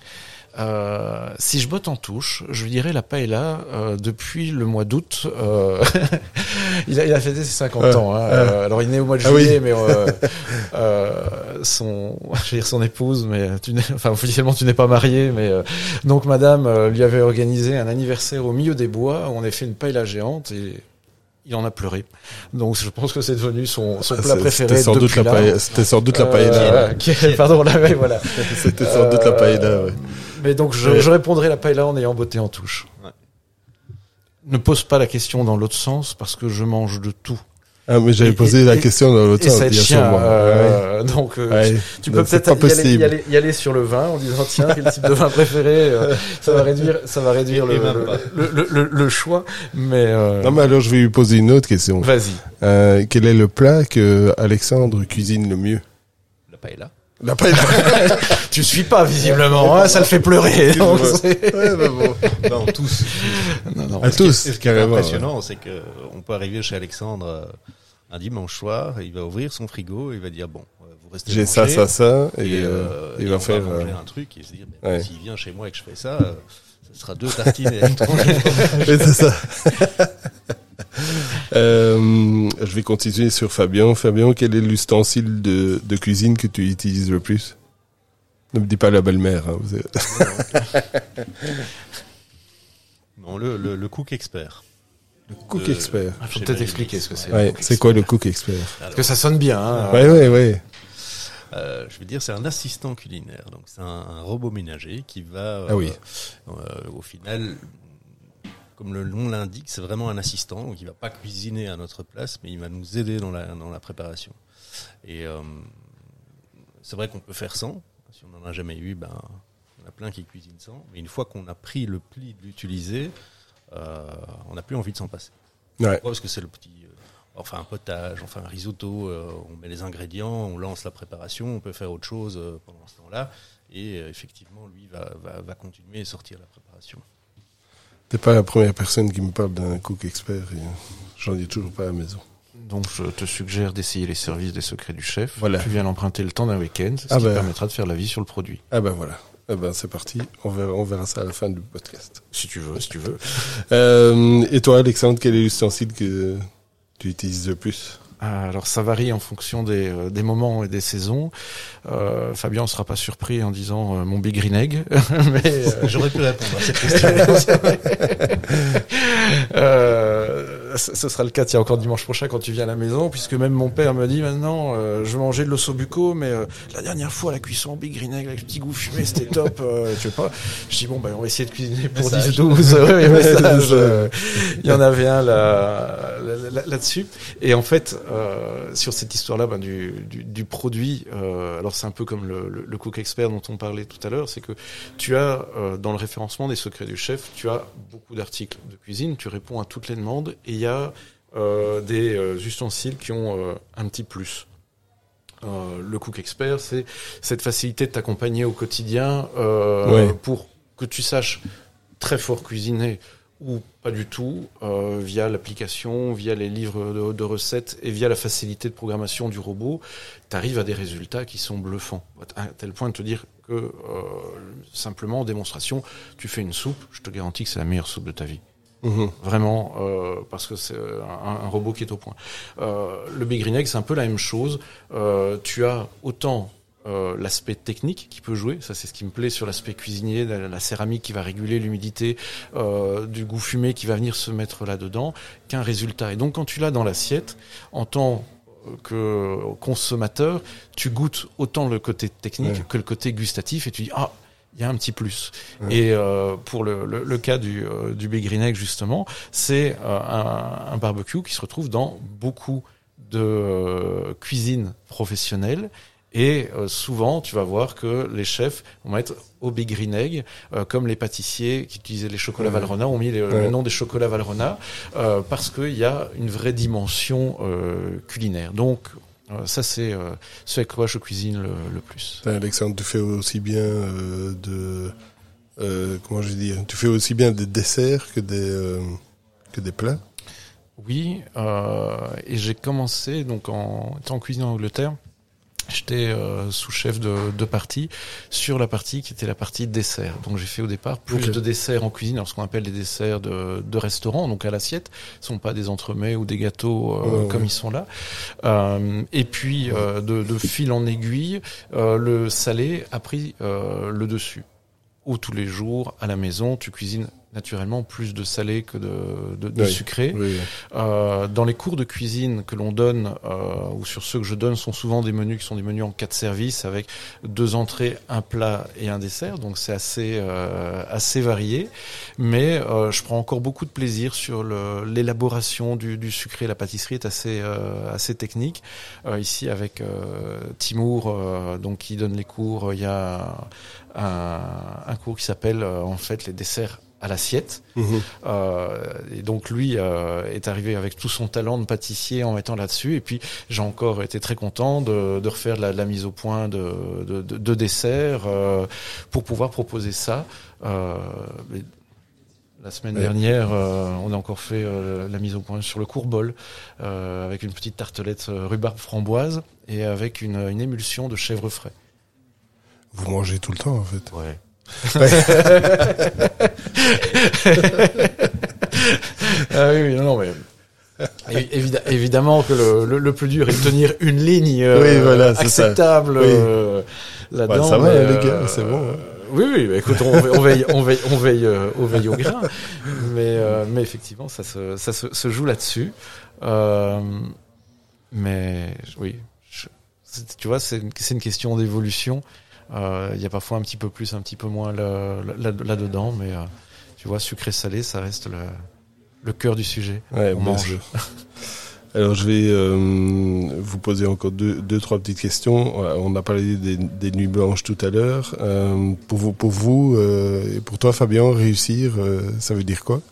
Euh, si je botte en touche, je dirais la paella euh, depuis le mois d'août. Euh, il, a, il a fêté ses cinquante euh, ans. Hein. euh. Euh, alors il est né au mois de Ah juillet, oui. mais euh, euh, son, je vais dire son épouse, mais tu n'es, enfin officiellement tu n'es pas marié, mais euh, donc Madame euh, lui avait organisé un anniversaire au milieu des bois. Où on a fait une paella géante et il en a pleuré. Donc je pense que c'est devenu son, son plat C'est- préféré C'était sans doute depuis la là. paella. C'était sans doute la paella. Euh, qui- pardon, là, ouais, voilà. C'était sans doute la paella. Ouais. Mais donc je, Ouais. je répondrai la paella en ayant botté en touche. Ouais. Ne pose pas la question dans l'autre sens parce que je mange de tout. Ah, mais j'avais Et- posé et- la et- question dans l'autre Et sens. ça va être bien sûr, chien. moi. Euh, Donc euh, Ouais. tu Non, peux c'est peut-être pas y aller, possible. y, aller, y aller sur le vin en disant tiens quel type de vin préféré. euh, ça va réduire, ça va réduire Et le, même pas. le, le, le, le choix. Mais euh, Non, mais alors, je vais lui poser une autre question. vas-y. Euh, quel est le plat que Alexandre cuisine le mieux? La paella. La paella. Tu suis pas visiblement, hein, ça le fait pleurer. Donc c'est- Ouais, mais bon. Non, tous. non, non. À tous, Et ce qui est carrément. impressionnant, c'est que on peut arriver chez Alexandre euh, un dimanche soir, il va ouvrir son frigo, il va dire bon, euh, vous restez J'ai manger, ça, ça, ça, et, et, euh, euh, il et va on faire. va manger euh, un truc et se dire ben, ouais. s'il vient chez moi et que je fais ça, euh, ce sera deux tartines et une tranche. Oui, c'est ça. euh, je vais continuer sur Fabien. Fabien, quel est l'ustensile de, de cuisine que tu utilises le plus? Ne me dis pas la belle-mère. Hein, vous êtes- Non, le, le, le cook expert. Le cook Euh, expert. Il faut chez peut-être Marie expliquer Louise, ce que c'est. Ouais, c'est quoi le cook expert? Parce que ça sonne bien. Hein. Ouais, ouais, ouais. Euh, je veux dire, c'est un assistant culinaire. Donc, c'est un, un robot ménager qui va, euh, Ah oui. euh, au final, comme le nom l'indique, c'est vraiment un assistant. Donc, il va pas cuisiner à notre place, mais il va nous aider dans la, dans la préparation. Et euh, c'est vrai qu'on peut faire sans. Si on n'en a jamais eu, ben, il y en a plein qui cuisinent sans. Mais une fois qu'on a pris le pli de l'utiliser, euh, on n'a plus envie de s'en passer. Ouais. Pourquoi ? Parce que c'est le petit... euh, Enfin un potage, enfin un risotto, euh, on met les ingrédients, on lance la préparation, on peut faire autre chose euh, pendant ce temps-là, et euh, effectivement lui va, va, va continuer et sortir la préparation. T'es pas la première personne qui me parle d'un cook expert. Et euh, j'en ai toujours pas à la maison. Donc je te suggère d'essayer les services des secrets du chef. Voilà. Tu viens l'emprunter le temps d'un week-end, ce Ah qui ben. permettra de faire la vie sur le produit. Ah ben voilà. Eh ben c'est parti. On verra, on verra ça à la fin du podcast. Si tu veux, si tu veux. Euh, et toi, Alexandre, quel est l'ustensile que tu utilises le plus? Alors ça varie en fonction des, euh, des moments et des saisons. Euh, Fabien ne sera pas surpris en disant euh, mon big green egg, mais euh, J'aurais pu répondre à cette question. euh, ce ce sera le cas tiens, encore dimanche prochain quand tu viens à la maison, puisque même mon père me dit maintenant euh, je veux manger de l'ossobuco, mais euh, la dernière fois la cuisson big green egg avec le petit goût fumé c'était top. Euh, tu veux pas? Je dis bon ben on va essayer de cuisiner pour Message. dix douze. Ouais, ouais, message, C'est ça. euh, il y en avait un là, là, là, là-dessus. Et en fait, euh, sur cette histoire-là ben, du, du, du produit, euh, alors c'est un peu comme le, le, le cook expert dont on parlait tout à l'heure, c'est que tu as euh, dans le référencement des secrets du chef, tu as beaucoup d'articles de cuisine, tu réponds à toutes les demandes et il y a euh, des euh, ustensiles qui ont euh, un petit plus. Euh, le cook expert, c'est cette facilité de t'accompagner au quotidien euh, Ouais. pour que tu saches très fort cuisiner ou pas du tout, euh, via l'application, via les livres de, de recettes et via la facilité de programmation du robot, tu arrives à des résultats qui sont bluffants. À tel point de te dire que, euh, simplement, en démonstration, tu fais une soupe, je te garantis que c'est la meilleure soupe de ta vie. Mmh. Vraiment, euh, parce que c'est un, un robot qui est au point. Euh, le Big Green Egg, c'est un peu la même chose. Euh, tu as autant euh, l'aspect technique qui peut jouer, ça c'est ce qui me plaît sur l'aspect cuisinier, la, la céramique qui va réguler l'humidité, euh, du goût fumé qui va venir se mettre là-dedans, qu'un résultat. Et donc quand tu l'as dans l'assiette, en tant que consommateur, tu goûtes autant le côté technique ouais. que le côté gustatif et tu dis « Ah !» il y a un petit plus. Ouais. Et euh, pour le, le, le cas du, euh, du Big Green Egg, justement, c'est euh, un, un barbecue qui se retrouve dans beaucoup de euh, cuisines professionnelles. Et euh, souvent, tu vas voir que les chefs vont mettre au Big Green Egg, euh, comme les pâtissiers qui utilisaient les chocolats ouais. Valrhona, ont mis les, ouais. le nom des chocolats Valrhona, euh, parce qu'il y a une vraie dimension euh, culinaire. Donc, Euh, ça, c'est euh, ce avec quoi je cuisine le, le plus. Alexandre, tu fais aussi bien euh, de... Euh, comment je vais dire Tu fais aussi bien des desserts que des, euh, que des plats. Oui, euh, et j'ai commencé, donc en étant en cuisine en Angleterre, j'étais euh, sous-chef de, de partie sur la partie qui était la partie dessert. Donc j'ai fait au départ plus okay. de desserts en cuisine, alors ce qu'on appelle des desserts de, de restaurant, donc à l'assiette. Ce ne sont pas des entremets ou des gâteaux euh, ouais, comme ouais. ils sont là. Euh, et puis euh, de, de fil en aiguille, euh, le salé a pris euh, le dessus. Ou tous les jours à la maison, tu cuisines naturellement plus de salé que de, de, de oui, sucré. Oui, oui. Euh, dans les cours de cuisine que l'on donne, euh, ou sur ceux que je donne, sont souvent des menus qui sont des menus en quatre services avec deux entrées, un plat et un dessert. Donc c'est assez euh, assez varié. Mais euh, je prends encore beaucoup de plaisir sur le, l'élaboration du, du sucré. La pâtisserie est assez euh, assez technique. Euh, ici avec euh, Timour, euh, donc qui donne les cours, il y a un, un cours qui s'appelle euh, en fait les desserts à l'assiette. Mmh. Euh, et donc lui euh, est arrivé avec tout son talent de pâtissier en mettant là-dessus. Et puis j'ai encore été très content de, de refaire de la, de la mise au point de, de, de, de desserts euh, pour pouvoir proposer ça. Euh, la semaine ouais. dernière, euh, on a encore fait euh, la mise au point sur le courbol euh, avec une petite tartelette rhubarbe framboise et avec une, une émulsion de chèvre frais. Vous mangez tout le temps en fait. Ouais. ah oui, oui, non, non, mais évid- évidemment que le, le, le plus dur est de tenir une ligne euh, oui, voilà, acceptable oui. euh, là-dedans. Bah, ça va, mais, les gars, euh, c'est bon. Hein. Oui, oui, bah, écoute, on, on veille, on veille, on veille, euh, on veille au grain, mais, euh, mais effectivement, ça se, ça se, se joue là-dessus. Euh, mais oui, je, tu vois, c'est une, c'est une question d'évolution. Il euh, y a parfois un petit peu plus, un petit peu moins là, là, là-dedans, mais euh, tu vois, sucré-salé, ça reste le, le cœur du sujet. Ouais, on mange. Alors, je vais euh, vous poser encore deux, deux, trois petites questions. On a parlé des, des nuits blanches tout à l'heure. Euh, pour vous, pour vous euh, et pour toi, Fabien, réussir, euh, ça veut dire quoi ?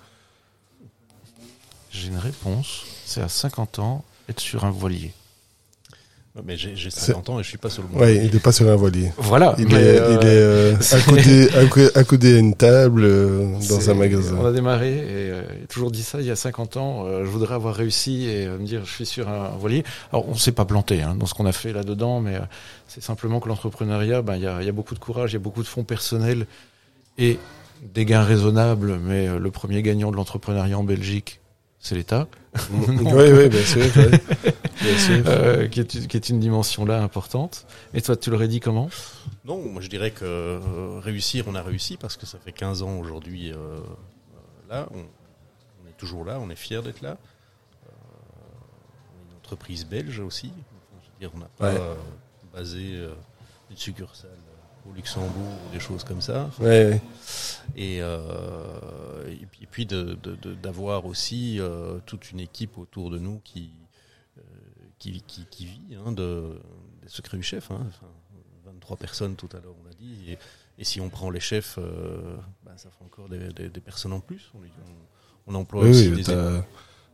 J'ai une réponse. C'est à cinquante ans, être sur un voilier. Mais j'ai, j'ai cinquante ans et je suis pas sur le voilier. Ouais, il n'est pas sur un voilier. Voilà. Il est, euh, il est euh, accoudé, accoudé à une table euh, dans c'est, un magasin. On a démarré et euh, j'ai toujours dit ça il y a cinquante ans. Euh, je voudrais avoir réussi et euh, me dire je suis sur un voilier. Alors on s'est pas planté hein, dans ce qu'on a fait là-dedans, mais euh, c'est simplement que l'entrepreneuriat, ben il y a, y a beaucoup de courage, il y a beaucoup de fonds personnels et des gains raisonnables. Mais euh, le premier gagnant de l'entrepreneuriat en Belgique, c'est l'État. oui, oui, bien sûr. Ouais. Bien sûr. Euh, qui, est, qui est une dimension là importante. Et toi, tu l'aurais dit comment ? Non, moi je dirais que euh, réussir, on a réussi parce que ça fait quinze ans aujourd'hui. Euh, là, on, on est toujours là, on est fiers d'être là. Euh, on est une entreprise belge aussi. Enfin, je veux dire, on n'a pas ouais. euh, basé euh, une succursale au Luxembourg ou des choses comme ça. Enfin, ouais, ouais. Et, euh, et puis, et puis de, de, de, d'avoir aussi euh, toute une équipe autour de nous qui euh, qui, qui, qui vit hein, de, des secrets du chef. Hein. Enfin, vingt-trois personnes tout à l'heure, on a dit. Et, et si on prend les chefs, euh, bah, ça fait encore des, des, des personnes en plus. On, on, on emploie oui, aussi oui, des t'as,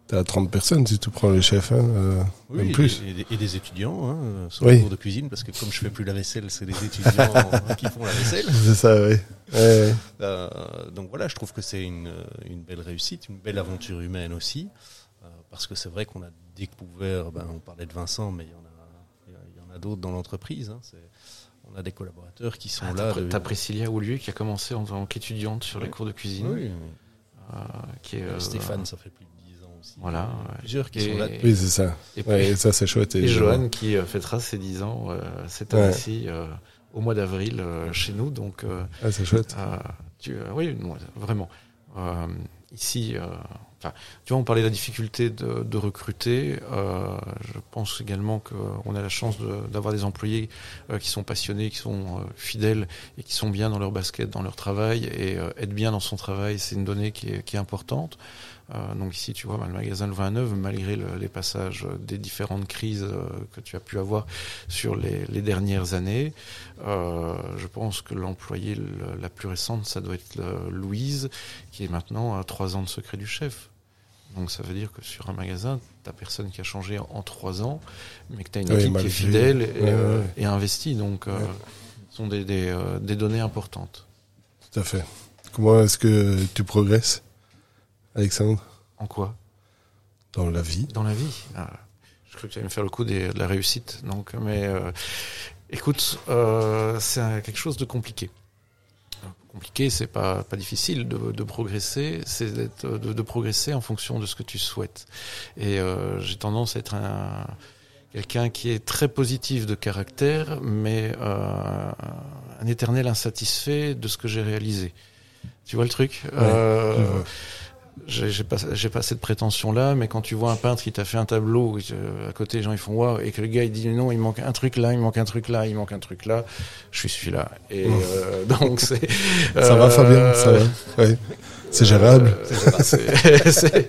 T'as trente personnes si tu prends le chef, hein, euh, Oui, même et, plus. Et, et des étudiants, hein, sur Oui. le cours de cuisine, parce que comme je fais plus la vaisselle, c'est les étudiants qui font la vaisselle. C'est ça, oui. Ouais, ouais. Euh, donc voilà, je trouve que c'est une, une belle réussite, une belle aventure humaine aussi, euh, parce que c'est vrai qu'on a découvert, ben, on parlait de Vincent, mais il y en a, il y en a d'autres dans l'entreprise. Hein, c'est, on a des collaborateurs qui sont Ah, là. T'as, de... t'as Priscilla Houlieu qui a commencé en tant qu'étudiante sur oui. les cours de cuisine. Oui, oui. Euh, qui est, euh, Stéphane, ça fait plus de dix ans aussi. Voilà. Il y en a plusieurs qui Et- sont là. Oui, c'est ça. Et, Ouais, et ça, c'est chouette. et Johan qui euh, fêtera ses dix ans euh, cette Ouais. année-ci euh, au mois d'avril euh, chez nous. Donc, euh, Ah, c'est chouette. euh, tu, euh, oui, non, vraiment. Euh, ici, euh, enfin, tu vois, on parlait de la difficulté de, de recruter. Euh, je pense également qu'on a la chance de, d'avoir des employés euh, qui sont passionnés, qui sont euh, fidèles et qui sont bien dans leur basket, dans leur travail. Et euh, être bien dans son travail, c'est une donnée qui est, qui est importante. Euh, donc ici, tu vois, le magasin Le Vin Neuf, malgré le, les passages des différentes crises euh, que tu as pu avoir sur les, les dernières années, euh, je pense que l'employée le, la plus récente, ça doit être le, Louise, qui est maintenant à trois ans de secret du chef. Donc ça veut dire que sur un magasin, t'as personne qui a changé en, en trois ans, mais que t'as une Oui, équipe malgré- qui est fidèle et, ouais, euh, ouais. et investie. Donc, euh, Ouais. ce sont des, des, euh, des données importantes. Tout à fait. Comment est-ce que tu progresses, Alexandre, En quoi ? dans la vie? Dans la vie. Ah, je crois que tu allais me faire le coup des, de la réussite. Donc, mais euh, écoute, euh, c'est un- quelque chose de compliqué. Compliqué, c'est pas pas difficile de, de progresser, c'est d'être, de, de progresser en fonction de ce que tu souhaites. Et euh, j'ai tendance à être un quelqu'un qui est très positif de caractère, mais euh, un éternel insatisfait de ce que j'ai réalisé. Tu vois le truc ? Ouais, euh, je vois. J'ai, j'ai pas, j'ai pas cette prétention-là, mais quand tu vois un peintre qui t'a fait un tableau, et que, à côté les gens ils font waouh, et que le gars il dit non, il manque un truc là, il manque un truc là, il manque un truc là, je suis celui-là. Et euh, donc c'est. Ça va, Fabien? Ça va? Ouais. C'est gérable? Euh, c'est, c'est,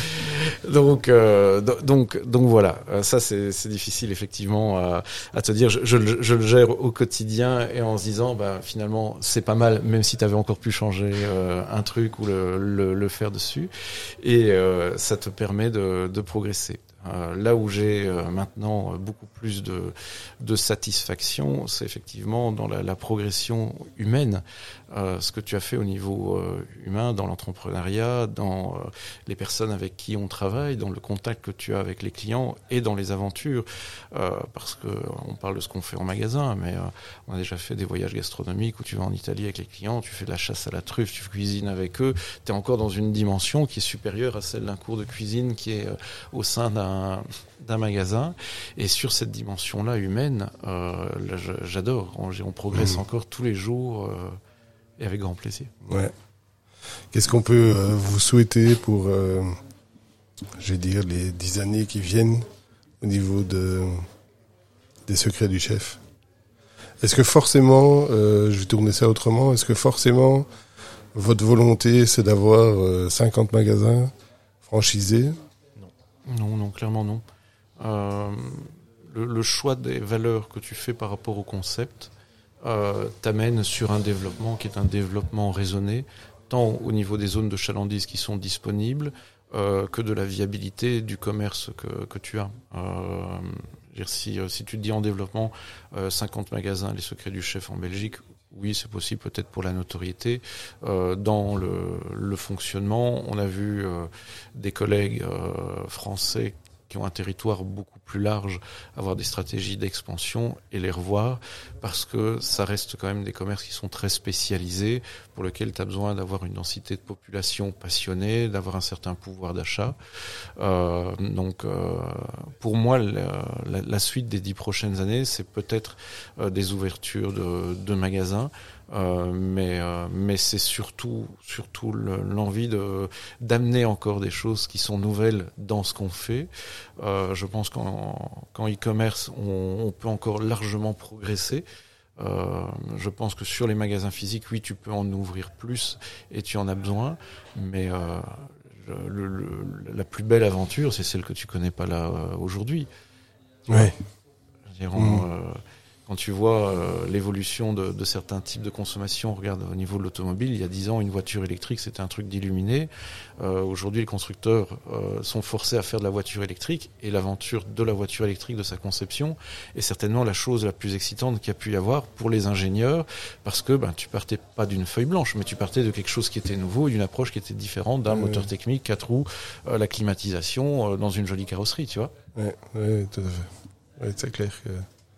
donc, euh, donc, donc voilà. Ça, c'est, c'est difficile effectivement à, à te dire. Je, je, je le gère au quotidien et en se disant, bah finalement, c'est pas mal, même si tu avais encore pu changer euh, un truc ou le, le, le faire dessus. Et euh, ça te permet de, de progresser. Euh, là où j'ai euh, maintenant beaucoup plus de, de satisfaction, c'est effectivement dans la, la progression humaine. Euh, ce que tu as fait au niveau euh, humain, dans l'entrepreneuriat, dans euh, les personnes avec qui on travaille, dans le contact que tu as avec les clients et dans les aventures. Euh, parce que on parle de ce qu'on fait en magasin, mais euh, on a déjà fait des voyages gastronomiques où tu vas en Italie avec les clients, tu fais de la chasse à la truffe, tu cuisines avec eux. Tu es encore dans une dimension qui est supérieure à celle d'un cours de cuisine qui est euh, au sein d'un, d'un magasin. Et sur cette dimension-là humaine, euh, là, j'adore. On, on progresse mmh. encore tous les jours. Euh, Et avec grand plaisir. Ouais. Qu'est-ce qu'on peut euh, vous souhaiter pour, euh, je vais dire, les dix années qui viennent au niveau de, des secrets du chef? Est-ce que forcément, euh, je vais tourner ça autrement, est-ce que forcément votre volonté c'est d'avoir euh, cinquante magasins franchisés? Non, non, non, clairement non. Euh, le, le choix des valeurs que tu fais par rapport au concept, Euh, t'amène sur un développement qui est un développement raisonné, tant au niveau des zones de chalandise qui sont disponibles, euh, que de la viabilité du commerce que, que tu as. Euh, dire, si, si tu te dis en développement euh, cinquante magasins, les secrets du chef en Belgique, oui, c'est possible peut-être pour la notoriété. Euh, dans le, le fonctionnement, on a vu euh, des collègues euh, français qui ont un territoire beaucoup plus large, avoir des stratégies d'expansion et les revoir, parce que ça reste quand même des commerces qui sont très spécialisés, pour lesquels tu as besoin d'avoir une densité de population passionnée, d'avoir un certain pouvoir d'achat. Euh, donc, euh, pour moi, la, la, la suite des dix prochaines années, c'est peut-être euh, des ouvertures de, de magasins, Euh, mais euh, mais c'est surtout surtout le, l'envie de d'amener encore des choses qui sont nouvelles dans ce qu'on fait. Euh, je pense qu'en qu'en e-commerce on, on peut encore largement progresser. Euh, je pense que sur les magasins physiques, oui, tu peux en ouvrir plus et tu en as besoin, mais euh, le, le, la plus belle aventure, c'est celle que tu connais pas là euh, aujourd'hui. Ouais. Je veux dire, on, mmh. euh, Quand tu vois euh, l'évolution de, de certains types de consommation, regarde au niveau de l'automobile, il y a dix ans, une voiture électrique, c'était un truc d'illuminé. Euh, aujourd'hui, les constructeurs euh, sont forcés à faire de la voiture électrique, et l'aventure de la voiture électrique, de sa conception, est certainement la chose la plus excitante qu'il y a pu y avoir pour les ingénieurs, parce que ben, tu partais pas d'une feuille blanche, mais tu partais de quelque chose qui était nouveau, d'une approche qui était différente, d'un ouais, moteur ouais. technique, quatre roues, euh, la climatisation, euh, dans une jolie carrosserie, tu vois. Ouais, ouais, tout à fait. Ouais, c'est clair que...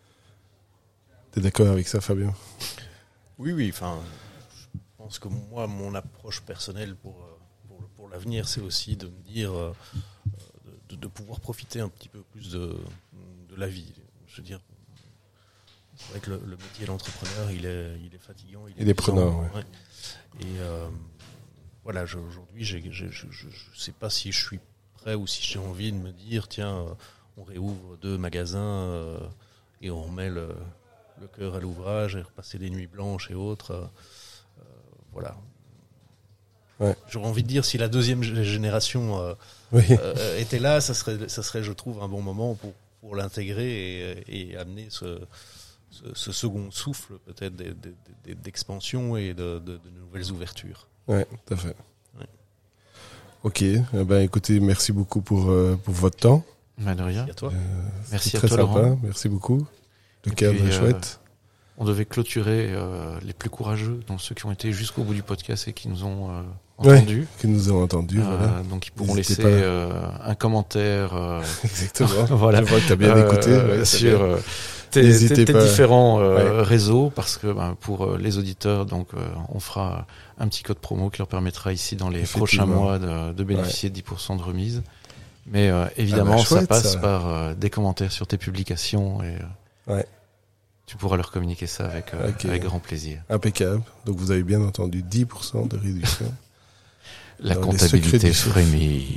T'es d'accord avec ça, Fabien? Oui, oui. Enfin, je pense que moi, mon approche personnelle pour pour, pour l'avenir, c'est aussi de me dire euh, de, de pouvoir profiter un petit peu plus de de la vie. Je veux dire, c'est vrai que le, le métier d'entrepreneur, il est il est fatigant, il est, il est prenant. Ouais. Ouais. Et euh, voilà, je, aujourd'hui, j'ai, j'ai, je je je sais pas si je suis prêt ou si j'ai envie de me dire, tiens, euh, on réouvre deux magasins euh, et on remet le le cœur à l'ouvrage et repasser des nuits blanches et autres. Euh, euh, voilà. Ouais. J'aurais envie de dire, si la deuxième génération euh, Oui. euh, était là, ça serait, ça serait, je trouve, un bon moment pour, pour l'intégrer et, et amener ce, ce, ce second souffle peut-être d'expansion et de, de, de nouvelles ouvertures. Ouais, tout à fait. Ouais. Ok. Eh ben, écoutez, merci beaucoup pour, euh, pour votre temps. Ben de rien. Merci à toi. Euh, Merci à très toi, sympa. Laurent. Merci beaucoup. Le Et cadre puis, est euh, chouette. On devait clôturer euh, les plus courageux, donc ceux qui ont été jusqu'au bout du podcast et qui nous ont euh, entendus. Ouais, qui nous ont entendus. Euh, Voilà. donc ils pourront N'hésitez laisser pas. euh, un commentaire euh, Exactement. voilà. Je vois que tu as bien euh, écouté. Ouais, c'est sur bien. euh, tes, N'hésitez tes, tes pas. différents euh, Ouais. réseaux, parce que ben, pour euh, les auditeurs, donc euh, on fera un petit code promo qui leur permettra ici dans les prochains Effectivement. mois de, de bénéficier de dix pour cent de remise. Mais euh, évidemment, Ah bah, chouette, ça passe ça. par euh, des commentaires sur tes publications, et euh, Ouais. tu pourras leur communiquer ça avec, euh, Ok. avec grand plaisir. Impeccable. Donc vous avez bien entendu dix pour cent de réduction. La Dans les comptabilité secrets du- frémit.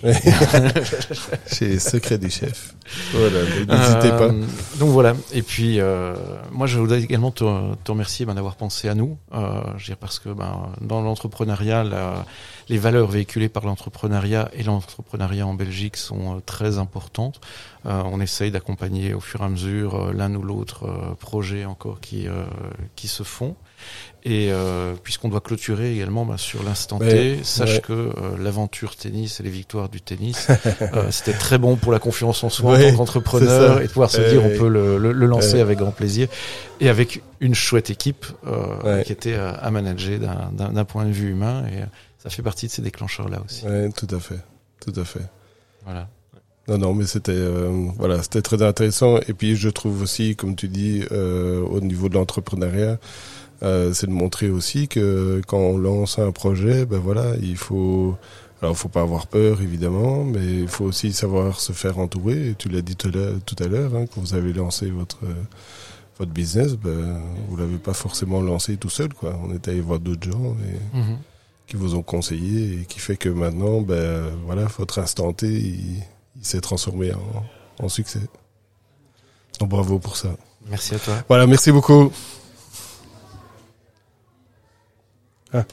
Chez Secret du Chef. Voilà, donc n'hésitez Euh, pas. Donc voilà. Et puis euh, moi, je voudrais également te, te remercier ben, d'avoir pensé à nous. Euh, je veux dire parce que ben, dans l'entrepreneuriat, la, les valeurs véhiculées par l'entrepreneuriat et l'entrepreneuriat en Belgique sont euh, très importantes. Euh, on essaye d'accompagner au fur et à mesure euh, l'un ou l'autre euh, projet encore qui euh, qui se font. Et euh, puisqu'on doit clôturer également ben, sur l'instant Ouais, T, sache ouais. que euh, l'aventure tennis et les victoires du tennis, euh, c'était très bon pour la confiance en soi Ouais, en tant qu'entrepreneur, c'est ça. et de pouvoir se Ouais, dire ouais. on peut le, le, le lancer Ouais. avec grand plaisir, et avec une chouette équipe euh, Ouais. qui était à, à manager d'un, d'un, d'un point de vue humain, et euh, ça fait partie de ces déclencheurs-là aussi. Ouais, tout à fait. Tout à fait. Voilà. Non, non, mais c'était euh, voilà, c'était très intéressant. Et puis je trouve aussi, comme tu dis, euh, au niveau de l'entrepreneuriat, euh, c'est de montrer aussi que quand on lance un projet, ben voilà, il faut, alors faut pas avoir peur évidemment, mais il faut aussi savoir se faire entourer. Et tu l'as dit tout à l'heure, tout à l'heure hein, quand vous avez lancé votre euh, votre business, ben vous l'avez pas forcément lancé tout seul, quoi. On est allé voir d'autres gens et Mm-hmm. qui vous ont conseillé et qui fait que maintenant, ben voilà, votre instant T, il, il s'est transformé en, en succès. Donc bravo pour ça. Merci à toi. Voilà, merci beaucoup. Ah.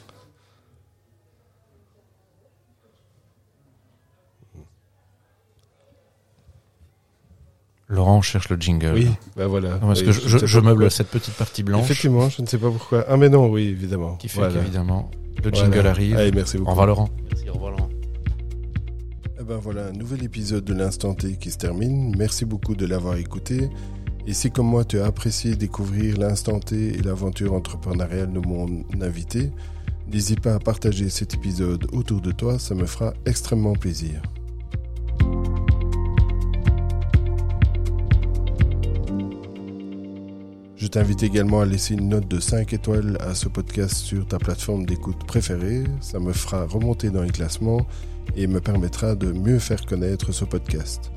Laurent cherche le jingle. Oui, ben voilà. Non, parce Oui, que je, ne je, sais je pas meuble pourquoi. cette petite partie blanche Effectivement, je ne sais pas pourquoi. Ah mais non, oui, évidemment. qui fait Voilà. qu'évidemment le Voilà. jingle arrive. Allez, merci Au beaucoup. revoir Laurent. Merci, au revoir Laurent. Eh ben voilà, un nouvel épisode de l'Instant T qui se termine. Merci beaucoup de l'avoir écouté. Et si comme moi tu as apprécié découvrir l'Instant T et l'aventure entrepreneuriale de mon invité, n'hésite pas à partager cet épisode autour de toi, ça me fera extrêmement plaisir. Je t'invite également à laisser une note de cinq étoiles à ce podcast sur ta plateforme d'écoute préférée. Ça me fera remonter dans les classements et me permettra de mieux faire connaître ce podcast.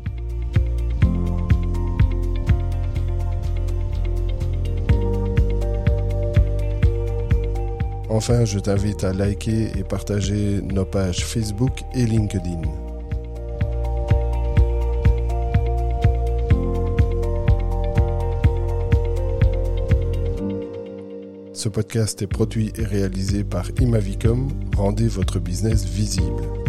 Enfin, je t'invite à liker et partager nos pages Facebook et LinkedIn. Ce podcast est produit et réalisé par Imavicom. Rendez votre business visible.